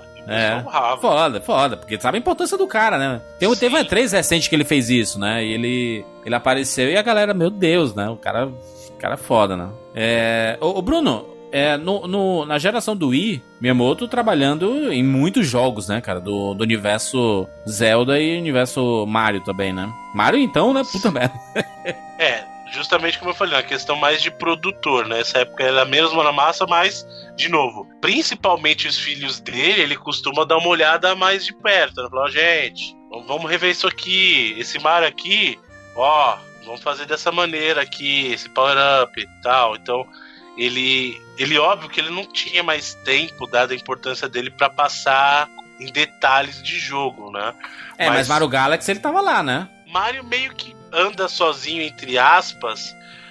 Foda, porque sabe a importância do cara, né? Teve uma E3 recente que ele fez isso, né? E ele apareceu e a galera, meu Deus, né? O cara foda, né? O Bruno, na geração do Wii, Miyamoto trabalhando em muitos jogos, né, cara? Do universo Zelda e universo Mario também, né? Mario, então, né? Puta merda. Justamente como eu falei, uma questão mais de produtor, né? Essa época era menos mão na massa, mas, de novo, principalmente os filhos dele, ele costuma dar uma olhada mais de perto, né? Falar, gente, vamos rever isso aqui, esse Mario aqui, vamos fazer dessa maneira aqui, esse power-up e tal. Então, ele óbvio que ele não tinha mais tempo, dada a importância dele, pra passar em detalhes de jogo, né? Mas Mario Galaxy ele tava lá, né? Mario meio que anda sozinho, entre aspas,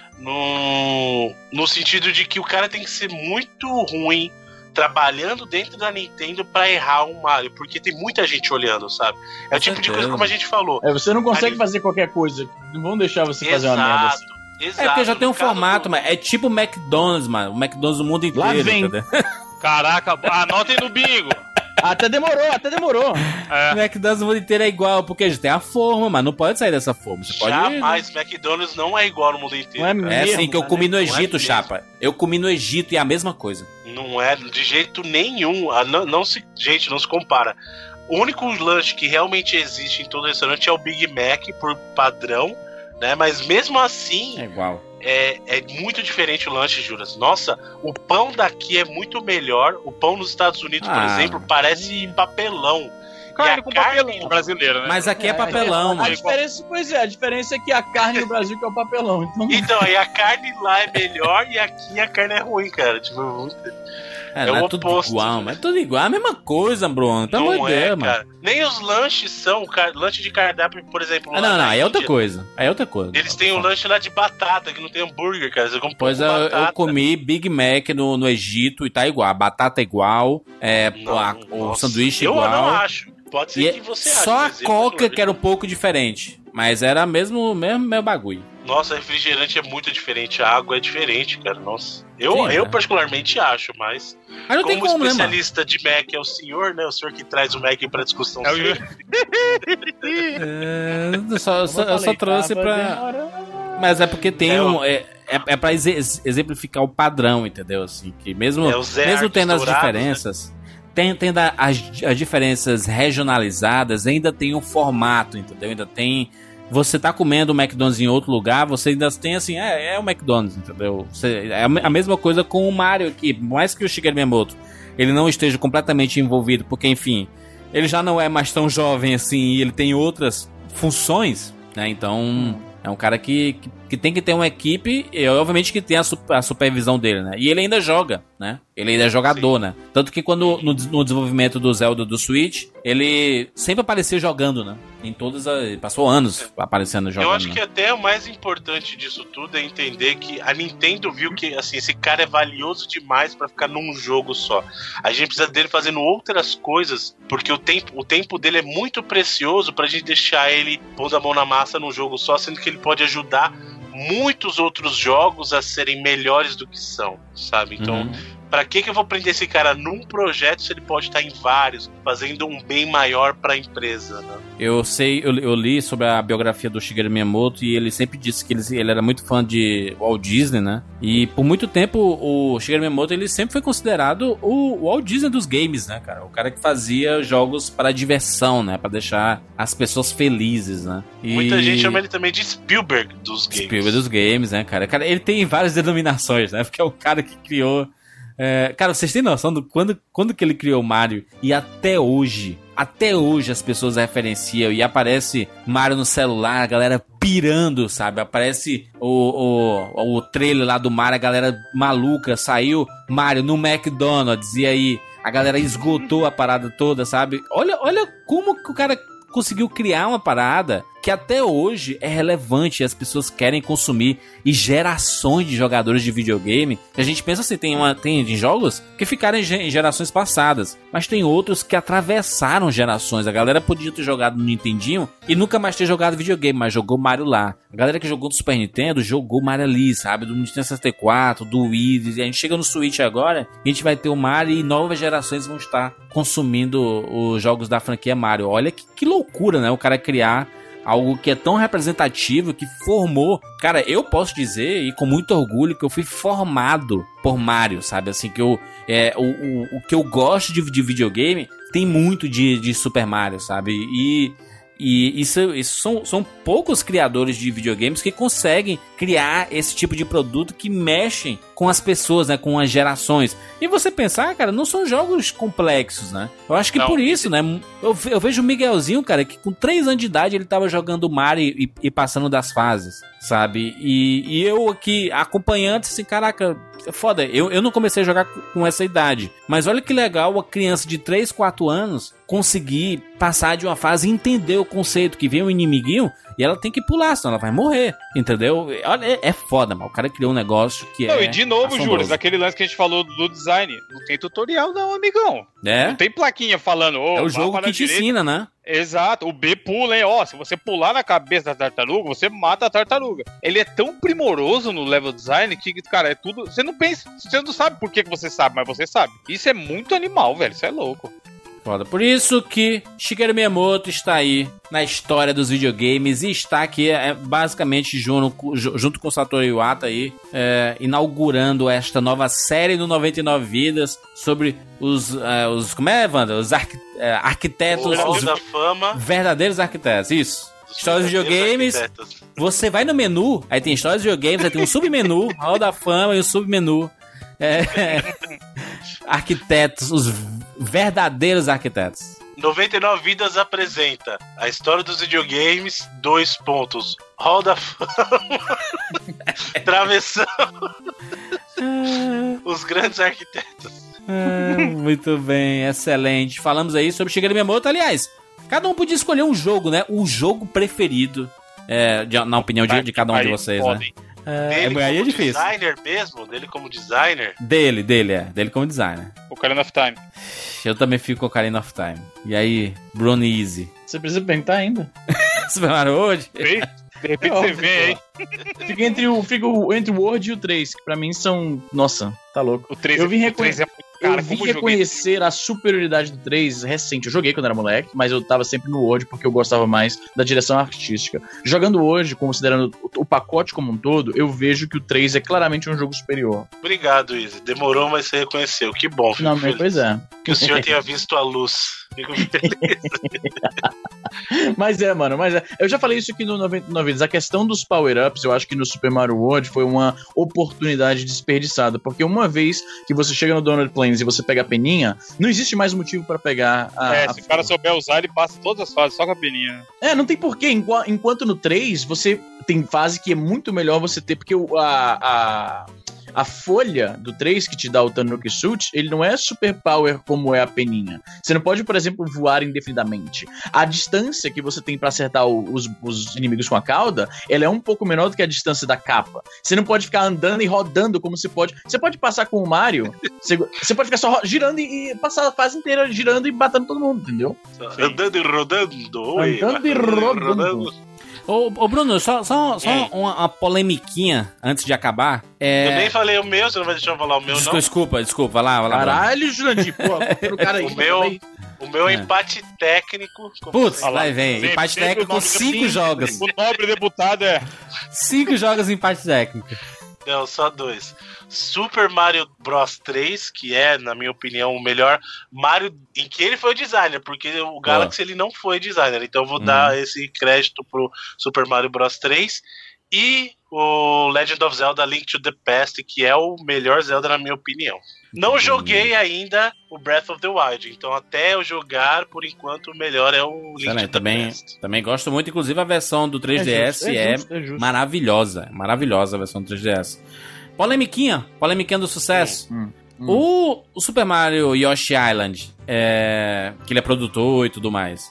no sentido de que o cara tem que ser muito ruim trabalhando dentro da Nintendo pra errar um Mario, porque tem muita gente olhando, sabe? É o tipo de coisa como a gente falou. Você não consegue fazer qualquer coisa, não vão deixar você fazer uma merda assim. Exato. Porque já tem um formato, mas é tipo o McDonald's, mano. O McDonald's do mundo inteiro. Lá vem. Caraca, anotem no bingo. Até demorou. O McDonald's do mundo inteiro é igual, porque já tem a forma, mas não pode sair dessa forma. Você pode... Jamais, McDonald's não é igual no mundo inteiro. Não é assim que eu comi no Egito, chapa. Eu comi no Egito e é a mesma coisa. Não é de jeito nenhum. Gente, não se compara. O único lanche que realmente existe em todo restaurante é o Big Mac, por padrão, né? Mas mesmo assim... É igual. É muito diferente o lanche, Juras. Nossa, o pão daqui é muito melhor. O pão nos Estados Unidos, por exemplo, parece papelão. carne com papelão brasileiro, né? Mas aqui é papelão, mano. A diferença é que a carne no Brasil que é o papelão. Então, aí a carne lá é melhor e aqui a carne é ruim, cara. Tipo, É o tudo oposto. Igual, mas é tudo igual, a mesma coisa, Bruno. Pelo amor de Deus, mano. Nem os lanches são, lanche de cardápio, por exemplo. Não, aí é outra coisa. Aí é outra coisa. Eles têm o lanche lá de batata, que não tem hambúrguer, cara. Você compra pois eu comi Big Mac no Egito e tá igual. A batata é igual, o sanduíche igual. Eu não acho. Pode ser que você ache. Só a Coca que era um pouco diferente. Mas era mesmo bagulho. Nossa, refrigerante é muito diferente. A água é diferente, cara. Nossa. Eu particularmente acho, mas não como tem como, especialista de Mac é o senhor, né? O senhor que traz o Mac pra discussão. Eu só trouxe pra... Mas é porque tem é pra exemplificar o padrão, entendeu? Assim, que mesmo tendo as diferenças... Né? Tendo as diferenças regionalizadas, ainda tem um formato, entendeu? Ainda tem... Você tá comendo o McDonald's em outro lugar, você ainda tem assim, é o McDonald's, entendeu? É a mesma coisa com o Mario aqui, por mais que o Shigeru Miyamoto ele não esteja completamente envolvido, porque enfim, ele já não é mais tão jovem assim, e ele tem outras funções, né? Então, é um cara que tem que ter uma equipe, e obviamente que tem a supervisão dele, né? E ele ainda joga, né? Ele ainda é jogador, né? Tanto que quando no desenvolvimento do Zelda do Switch, ele sempre aparecia jogando, né? Em todas passou anos aparecendo jogando. Eu acho que até o mais importante disso tudo é entender que a Nintendo viu que assim, esse cara é valioso demais pra ficar num jogo só. A gente precisa dele fazendo outras coisas, porque o tempo dele é muito precioso pra gente deixar ele pondo a mão na massa num jogo só, sendo que ele pode ajudar muitos outros jogos a serem melhores do que são, sabe? Então, pra que eu vou prender esse cara num projeto se ele pode estar em vários, fazendo um bem maior pra empresa, né? Eu li sobre a biografia do Shigeru Miyamoto e ele sempre disse que ele era muito fã de Walt Disney, né? E por muito tempo o Shigeru Miyamoto ele sempre foi considerado o Walt Disney dos games, né, cara? O cara que fazia jogos para diversão, né? Pra deixar as pessoas felizes, né? Muita gente chama ele também de Spielberg dos games. Spielberg dos games, né, cara? Ele tem várias denominações, né? Porque é o cara que criou... cara, vocês têm noção do quando que ele criou o Mario? E até hoje as pessoas referenciam e aparece Mario no celular, a galera pirando, sabe? Aparece o trailer lá do Mario, a galera maluca, saiu Mario no McDonald's e aí a galera esgotou a parada toda, sabe? Olha como que o cara conseguiu criar uma parada que até hoje é relevante e as pessoas querem consumir, e gerações de jogadores de videogame, que a gente pensa assim, tem jogos que ficaram em gerações passadas, mas tem outros que atravessaram gerações. A galera podia ter jogado no Nintendinho e nunca mais ter jogado videogame, mas jogou Mario lá. A galera que jogou no Super Nintendo jogou Mario ali, sabe? Do Nintendo 64, do Wii, e a gente chega no Switch agora, a gente vai ter o Mario e novas gerações vão estar consumindo os jogos da franquia Mario. Olha que loucura, né? O cara criar algo que é tão representativo, que formou... Cara, eu posso dizer, e com muito orgulho, que eu fui formado por Mario, sabe? Assim, que o que eu gosto de videogame tem muito de Super Mario, sabe? E isso são poucos criadores de videogames que conseguem criar esse tipo de produto que mexem com as pessoas, né, com as gerações. E você pensar, cara, não são jogos complexos, né? Eu acho que por isso, né, eu vejo o Miguelzinho, cara, que com 3 anos de idade ele tava jogando Mario e passando das fases, sabe? E eu aqui, acompanhando, assim, caraca, foda, eu não comecei a jogar com essa idade, mas olha que legal a criança de 3, 4 anos conseguir passar de uma fase e entender o conceito, que vem um inimiguinho e ela tem que pular, senão ela vai morrer, entendeu? Olha, é foda, mano. O cara criou um negócio que não, e de novo, Júlio, aquele lance que a gente falou do design, não tem tutorial não, amigão. É? Não tem plaquinha falando, é o jogo que te ensina, né? Exato, o B pula, hein? Ó, se você pular na cabeça da tartaruga, você mata a tartaruga. Ele é tão primoroso no level design que, cara, é tudo... Você não pensa, você não sabe por que você sabe, mas você sabe. Isso é muito animal, velho, isso é louco. Foda. Por isso que Shigeru Miyamoto está aí na história dos videogames e está aqui basicamente junto com Satoru Iwata aí, inaugurando esta nova série do 99 Vidas sobre os como é, Wanda? Os arquitetos, os da fama. Verdadeiros arquitetos, isso. Histórias de videogames, você vai no menu, aí tem histórias de videogames, aí tem um submenu, Hall da Fama e o submenu. Arquitetos, os verdadeiros arquitetos. 99 Vidas apresenta a história dos videogames, 2 pontos. Hall da Fama, Travessão, os grandes arquitetos. Muito bem, excelente. Falamos aí sobre Shigeru Miyamoto. Aliás, cada um podia escolher um jogo, né? O jogo preferido, na opinião de cada um de vocês, né? Dele aí é como difícil. designer mesmo? Dele como designer? Dele como designer. Ocarina of Time. Eu também fico com Ocarina of Time. E aí, Bruno e Easy? Você precisa perguntar ainda. Super Mario hoje? De repente você vem aí. Fica entre o World e o 3, que pra mim são... Nossa, tá louco. O 3 Eu vim é muito cara, eu vim como eu reconhecer a superioridade do 3 recente. Eu joguei quando era moleque, mas eu tava sempre no World porque eu gostava mais da direção artística. Jogando hoje, considerando o pacote como um todo, eu vejo que o 3 é claramente um jogo superior. Obrigado, Izzy. Demorou, mas você reconheceu. Que bom. Fico Não, feliz pois é. que o senhor tenha visto a luz. Fico feliz. Mas mano, eu já falei isso aqui no 99 Vidas. A questão dos power-ups, eu acho que no Super Mario World foi uma oportunidade desperdiçada. Porque uma vez que você chega no Donut Plains e você pega a peninha, não existe mais motivo pra pegar se o cara souber usar, ele passa todas as fases só com a peninha. Não tem porquê. Enquanto no 3, você tem fase que é muito melhor você ter, porque a folha do 3 que te dá o Tanuki Suit, ele não é super power como é a peninha. Você não pode, por exemplo, voar indefinidamente. A distância que você tem pra acertar os inimigos com a cauda, ela é um pouco menor do que a distância da capa. Você não pode ficar andando e rodando como você pode. Você pode passar com o Mario, você pode ficar só girando e passar a fase inteira girando e batendo todo mundo, entendeu? Andando e rodando. Andando e rodando. Ô Bruno, só uma polemiquinha antes de acabar. Eu nem falei o meu, você não vai deixar eu falar o meu, não? Desculpa, vai lá. Caralho, Jurandir, pô, o cara aí. O meu empate técnico. Putz, lá vem. Empate técnico com 5 jogos. O nobre deputado 5 jogos de empate técnico. Não, só 2. Super Mario Bros 3, que é, na minha opinião, o melhor Mario em que ele foi o designer, porque o Galaxy ele não foi designer. Então eu vou dar esse crédito pro Super Mario Bros 3. E o Legend of Zelda Link to the Past, que é o melhor Zelda na minha opinião. Não joguei ainda o Breath of the Wild, então até eu jogar, por enquanto, o melhor é o Link to the Past. Também gosto muito, inclusive a versão do 3DS é maravilhosa. Maravilhosa a versão do 3DS. Polemiquinha do sucesso. O Super Mario Yoshi Island, que ele é produtor e tudo mais,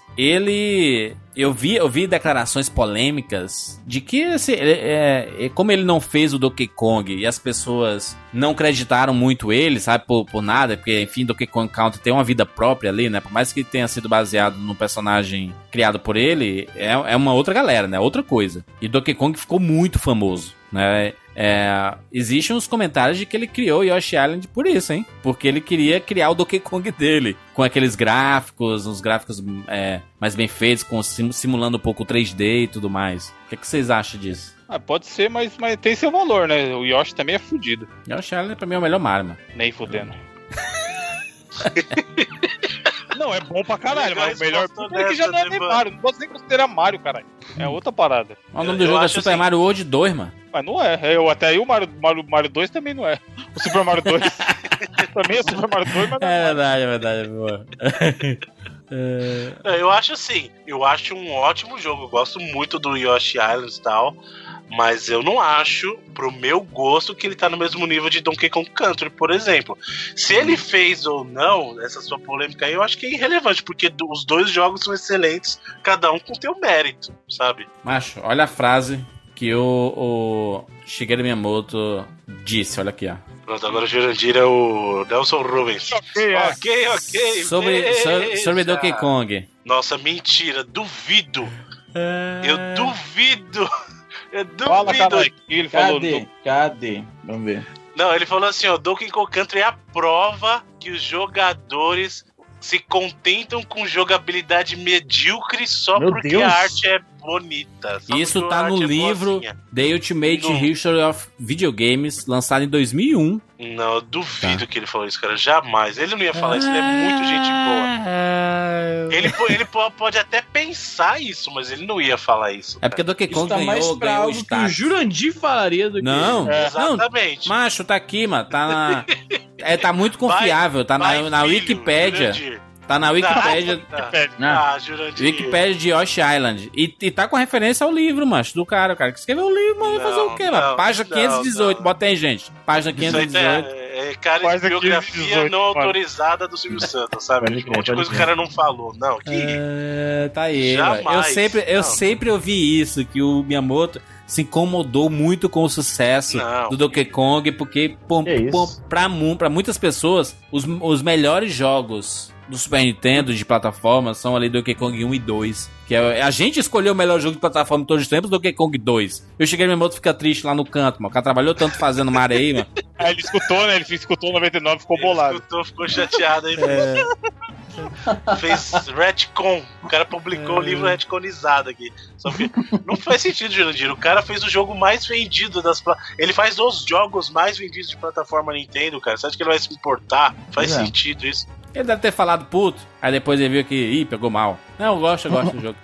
eu vi declarações polêmicas de que assim, como ele não fez o Donkey Kong e as pessoas não acreditaram muito ele, sabe, por nada, porque enfim, Donkey Kong Country tem uma vida própria ali, né, por mais que tenha sido baseado num personagem criado por ele, é uma outra galera, né, outra coisa. E Donkey Kong ficou muito famoso, né. Existem uns comentários de que ele criou Yoshi Island por isso, hein? Porque ele queria criar o Donkey Kong dele, com aqueles gráficos, uns gráficos mais bem feitos, simulando um pouco o 3D e tudo mais. O que vocês acham disso? Pode ser, mas tem seu valor, né? O Yoshi também é fudido. Yoshi Island pra mim é o melhor Mario, mano. Nem fudendo. Não, é bom pra caralho, mas o melhor é que já não é nem Mario. Não posso nem considerar Mario, caralho. É outra parada. O nome do jogo é Super Mario World 2, mano. Mas não é. Até aí o Mario 2 também não é. O Super Mario 2 também é Super Mario 2, mas não é. É verdade, boa. Eu acho assim, eu acho um ótimo jogo. Eu gosto muito do Yoshi Island e tal. Mas eu não acho, pro meu gosto, que ele tá no mesmo nível de Donkey Kong Country, por exemplo. Se ele fez ou não, essa sua polêmica aí, eu acho que é irrelevante, porque os dois jogos são excelentes, cada um com seu mérito, sabe? Macho, olha a frase que o Shigeru Miyamoto disse, olha aqui, ó. Pronto, agora o Jurandir é o Nelson Rubens. Ok. Sobre Donkey Kong. Nossa, mentira, duvido. Eu duvido. Fala, caralho, que ele falou. Cadê? Vamos ver. Não, ele falou assim, ó, Donkey Kong Country é a prova que os jogadores se contentam com jogabilidade medíocre só porque a arte é bonita. Isso tá no livro The Ultimate History of Video Games, lançado em 2001. Não, eu duvido que ele falou isso, cara. Jamais. Ele não ia falar isso, ele é muito gente boa. Ele pode até pensar isso, mas ele não ia falar isso. É porque Donkey Kong tá mais pra algo que o Jurandir falaria do que... Não, exatamente. Macho, tá aqui, mano. Tá muito confiável. Tá na Wikipédia. Tá na Wikipédia. Jurandir. Wikipédia de Yoshi Island. E tá com referência ao livro, macho, do cara. O cara que escreveu o livro, mano, vai fazer o quê, mano? Página 518, bota aí, gente. Página 518. Cara de biografia não autorizada do Silvio Santos, sabe? Um monte de coisa que o cara não falou. Não, tá aí. Jamais. Eu sempre ouvi isso, que o Miyamoto se incomodou muito com o sucesso do Donkey Kong, porque pra muitas pessoas, os melhores jogos do Super Nintendo de plataforma são ali Donkey Kong 1 e 2. Que a gente escolheu o melhor jogo de plataforma de todos os tempos, Donkey Kong 2. Eu cheguei no meu moto, fica triste lá no canto, mano. O cara trabalhou tanto fazendo uma areia, mano. Ele escutou, né? Ele escutou 99, ficou bolado. Ficou chateado aí. Fez retcon. O cara publicou o livro retconizado aqui. Só que não faz sentido, Jurandir. O cara fez o jogo mais vendido Ele faz os jogos mais vendidos de plataforma Nintendo, cara. Você acha que ele vai se importar? Faz sentido isso. Ele deve ter falado puto, aí depois ele viu que, pegou mal. Não, eu gosto do jogo.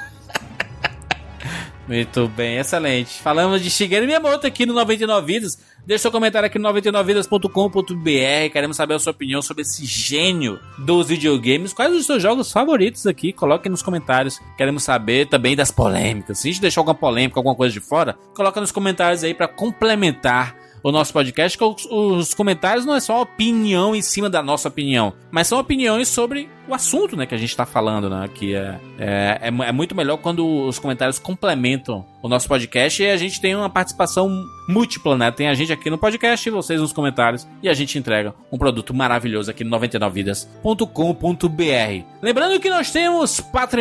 Muito bem, excelente. Falamos de Shigeru Miyamoto aqui no 99 Vidas. Deixa seu comentário aqui no 99vidas.com.br. Queremos saber a sua opinião sobre esse gênio dos videogames. Quais os seus jogos favoritos aqui? Coloque nos comentários. Queremos saber também das polêmicas. Se a gente deixou alguma polêmica, alguma coisa de fora, coloca nos comentários aí para complementar o nosso podcast, que os comentários não é só opinião em cima da nossa opinião, mas são opiniões sobre o assunto, né, que a gente tá falando, né, que é muito melhor quando os comentários complementam o nosso podcast e a gente tem uma participação múltipla, né, tem a gente aqui no podcast e vocês nos comentários e a gente entrega um produto maravilhoso aqui no 99vidas.com.br. Lembrando que nós temos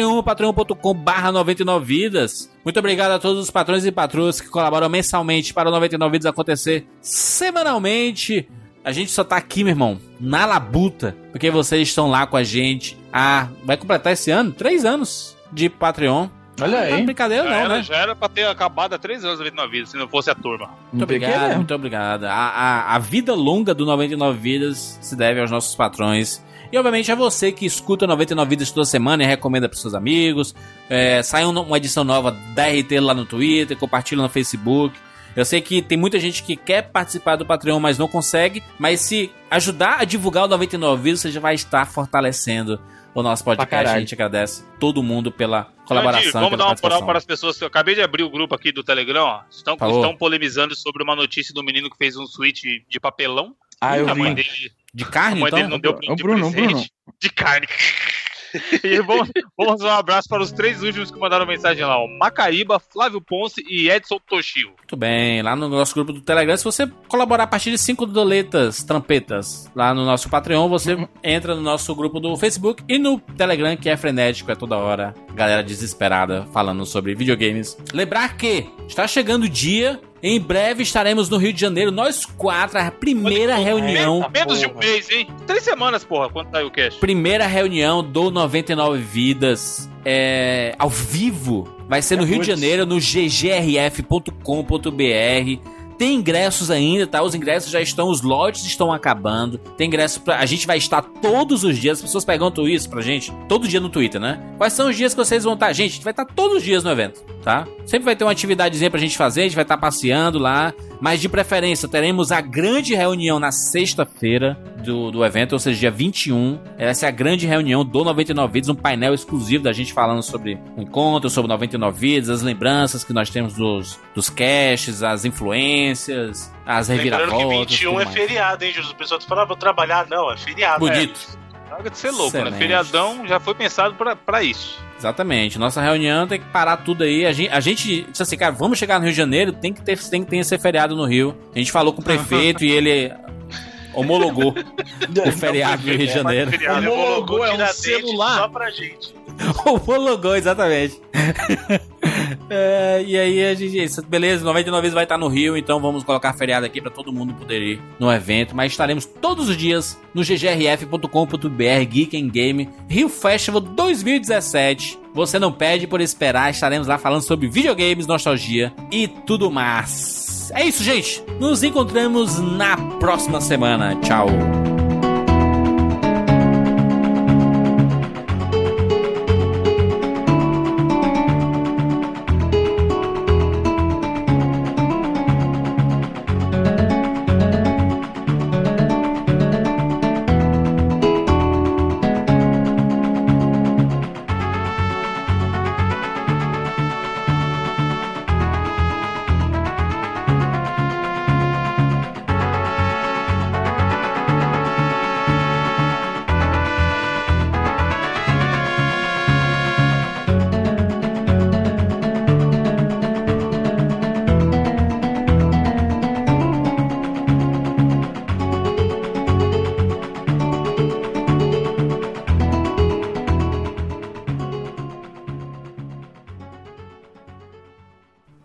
patreon.com/99vidas. Muito obrigado a todos os patrões e patroas que colaboram mensalmente para o 99 Vidas acontecer semanalmente. A gente só tá aqui, meu irmão, na labuta, porque vocês estão lá com a gente. Vai completar esse ano 3 anos de Patreon. Olha aí. Não é brincadeira não, né? Já era pra ter acabado há 3 anos na vida, se não fosse a turma. Muito obrigado, muito obrigado. A vida longa do 99 Vidas se deve aos nossos patrões. E obviamente é você que escuta 99 Vidas toda semana e recomenda para seus amigos. Sai uma edição nova da RT lá no Twitter, compartilha no Facebook. Eu sei que tem muita gente que quer participar do Patreon, mas não consegue. Mas se ajudar a divulgar o 99 Vidas, você já vai estar fortalecendo o nosso podcast. A gente agradece todo mundo pela colaboração. Vamos dar uma moral para as pessoas. Eu acabei de abrir o grupo aqui do Telegram. Ó. Estão polemizando sobre uma notícia do menino que fez um Switch de papelão. Eu vi. Mãe dele, de carne, a mãe dele não deu de Bruno. De carne. E vamos dar um abraço para os 3 últimos que mandaram mensagem lá, ó. Macaíba, Flávio Ponce e Edson Toshio. Muito bem, lá no nosso grupo do Telegram, se você colaborar a partir de 5 doletas, trampetas, lá no nosso Patreon, você entra no nosso grupo do Facebook e no Telegram, que é frenético, é toda hora galera desesperada falando sobre videogames. Lembrar que está chegando o dia, em breve estaremos no Rio de Janeiro, nós 4, a primeira reunião. Menos de um mês, hein? 3 semanas, porra, quando tá aí o cash. Primeira reunião do 99 Vidas ao vivo. Vai ser no Rio de Janeiro, no ggrf.com.br. Tem ingressos ainda, tá? Os ingressos já estão, os lotes estão acabando. Tem ingresso a gente vai estar todos os dias. As pessoas perguntam isso pra gente todo dia no Twitter, né? Quais são os dias que vocês vão estar? Gente, a gente vai estar todos os dias no evento, tá? Sempre vai ter uma atividadezinha pra gente fazer, a gente vai estar passeando lá. Mas de preferência, teremos a grande reunião na sexta-feira do evento, ou seja, dia 21. Essa é a grande reunião do 99 Vidas, um painel exclusivo da gente falando sobre o encontro, sobre 99 Vidas, as lembranças que nós temos dos caches, as influências, as reviravoltas. Lembrando que 21 é feriado, hein, Jesus? O pessoal tá falando, vou trabalhar. Não, é feriado. Bonito. Larga de ser louco, né? Feriadão já foi pensado pra isso. Exatamente. Nossa reunião tem que parar tudo aí. A gente disse assim, cara, vamos chegar no Rio de Janeiro, tem que ter esse feriado no Rio. A gente falou com o prefeito e ele homologou o feriado do Rio de Janeiro. Homologou é um celular. Só pra gente. Homologou, exatamente. E aí a gente, beleza, 99 vezes vai estar no Rio, então vamos colocar feriado aqui pra todo mundo poder ir no evento, mas estaremos todos os dias no ggrf.com.br, Geek and Game Rio Festival 2017. Você não perde por esperar, estaremos lá falando sobre videogames, nostalgia e tudo mais. É isso, gente. Nos encontramos na próxima semana. Tchau.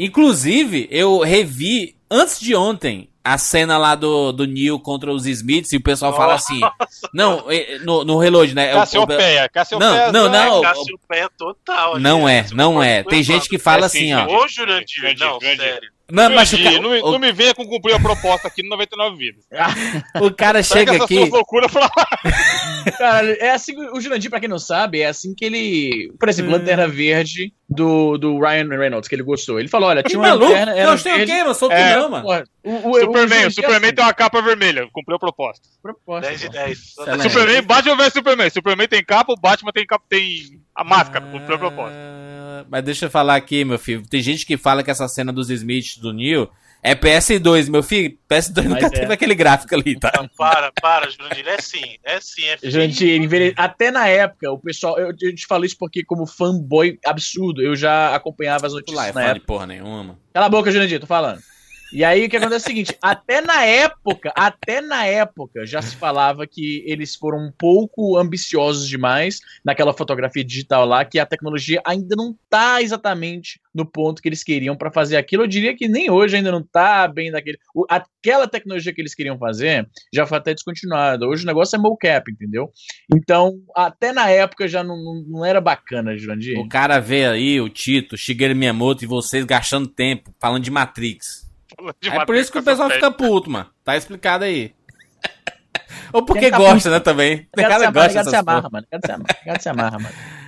Inclusive, eu revi antes de ontem a cena lá do Neo contra os Smiths e o pessoal fala assim... Não, no Reload, né? Cassiopeia. Não. Cassiopeia total. Não é. Tem gente que fala assim, ó... Ô, Jurandir, não, sério. Não, mas não me venha com cumprir a proposta aqui no 99 Vidas. O cara chega aqui... loucura pra lá. Cara, é assim, o Jurandir, pra quem não sabe, é assim que ele... Por exemplo, Lanterna Verde do Ryan Reynolds, que ele gostou. Ele falou, olha, tinha uma lanterna... Não, tem o quê? Não sou tu não, mano. O Superman tem uma capa vermelha. Cumpriu a proposta. 10 e 10. Superman, Batman vs Superman. Superman tem capa, o Batman tem a máscara. Cumpriu a proposta. Mas deixa eu falar aqui, meu filho. Tem gente que fala que essa cena dos Smiths do Neo é PS2, meu filho. PS2 nunca teve aquele gráfico ali, tá? Não, para, Jurandir. É sim. Jurandir, até na época, o pessoal... Eu te falo isso porque, como fanboy absurdo, eu já acompanhava as notícias na época. De porra nenhuma, mano. Cala a boca, Jurandir, tô falando. E aí o que acontece é o seguinte, até na época já se falava que eles foram um pouco ambiciosos demais naquela fotografia digital lá, que a tecnologia ainda não tá exatamente no ponto que eles queriam pra fazer aquilo. Eu diria que nem hoje ainda não tá bem daquele... Aquela tecnologia que eles queriam fazer já foi até descontinuada. Hoje o negócio é mocap, entendeu? Então, até na época já não era bacana, Jurandir. O cara vê aí o Tito, Shigeru Miyamoto e vocês gastando tempo falando de Matrix. É por isso que o pessoal fica puto, mano. Tá explicado aí. Ou porque gosta, né, também. Tem cara que gosta. Se amarra, mano.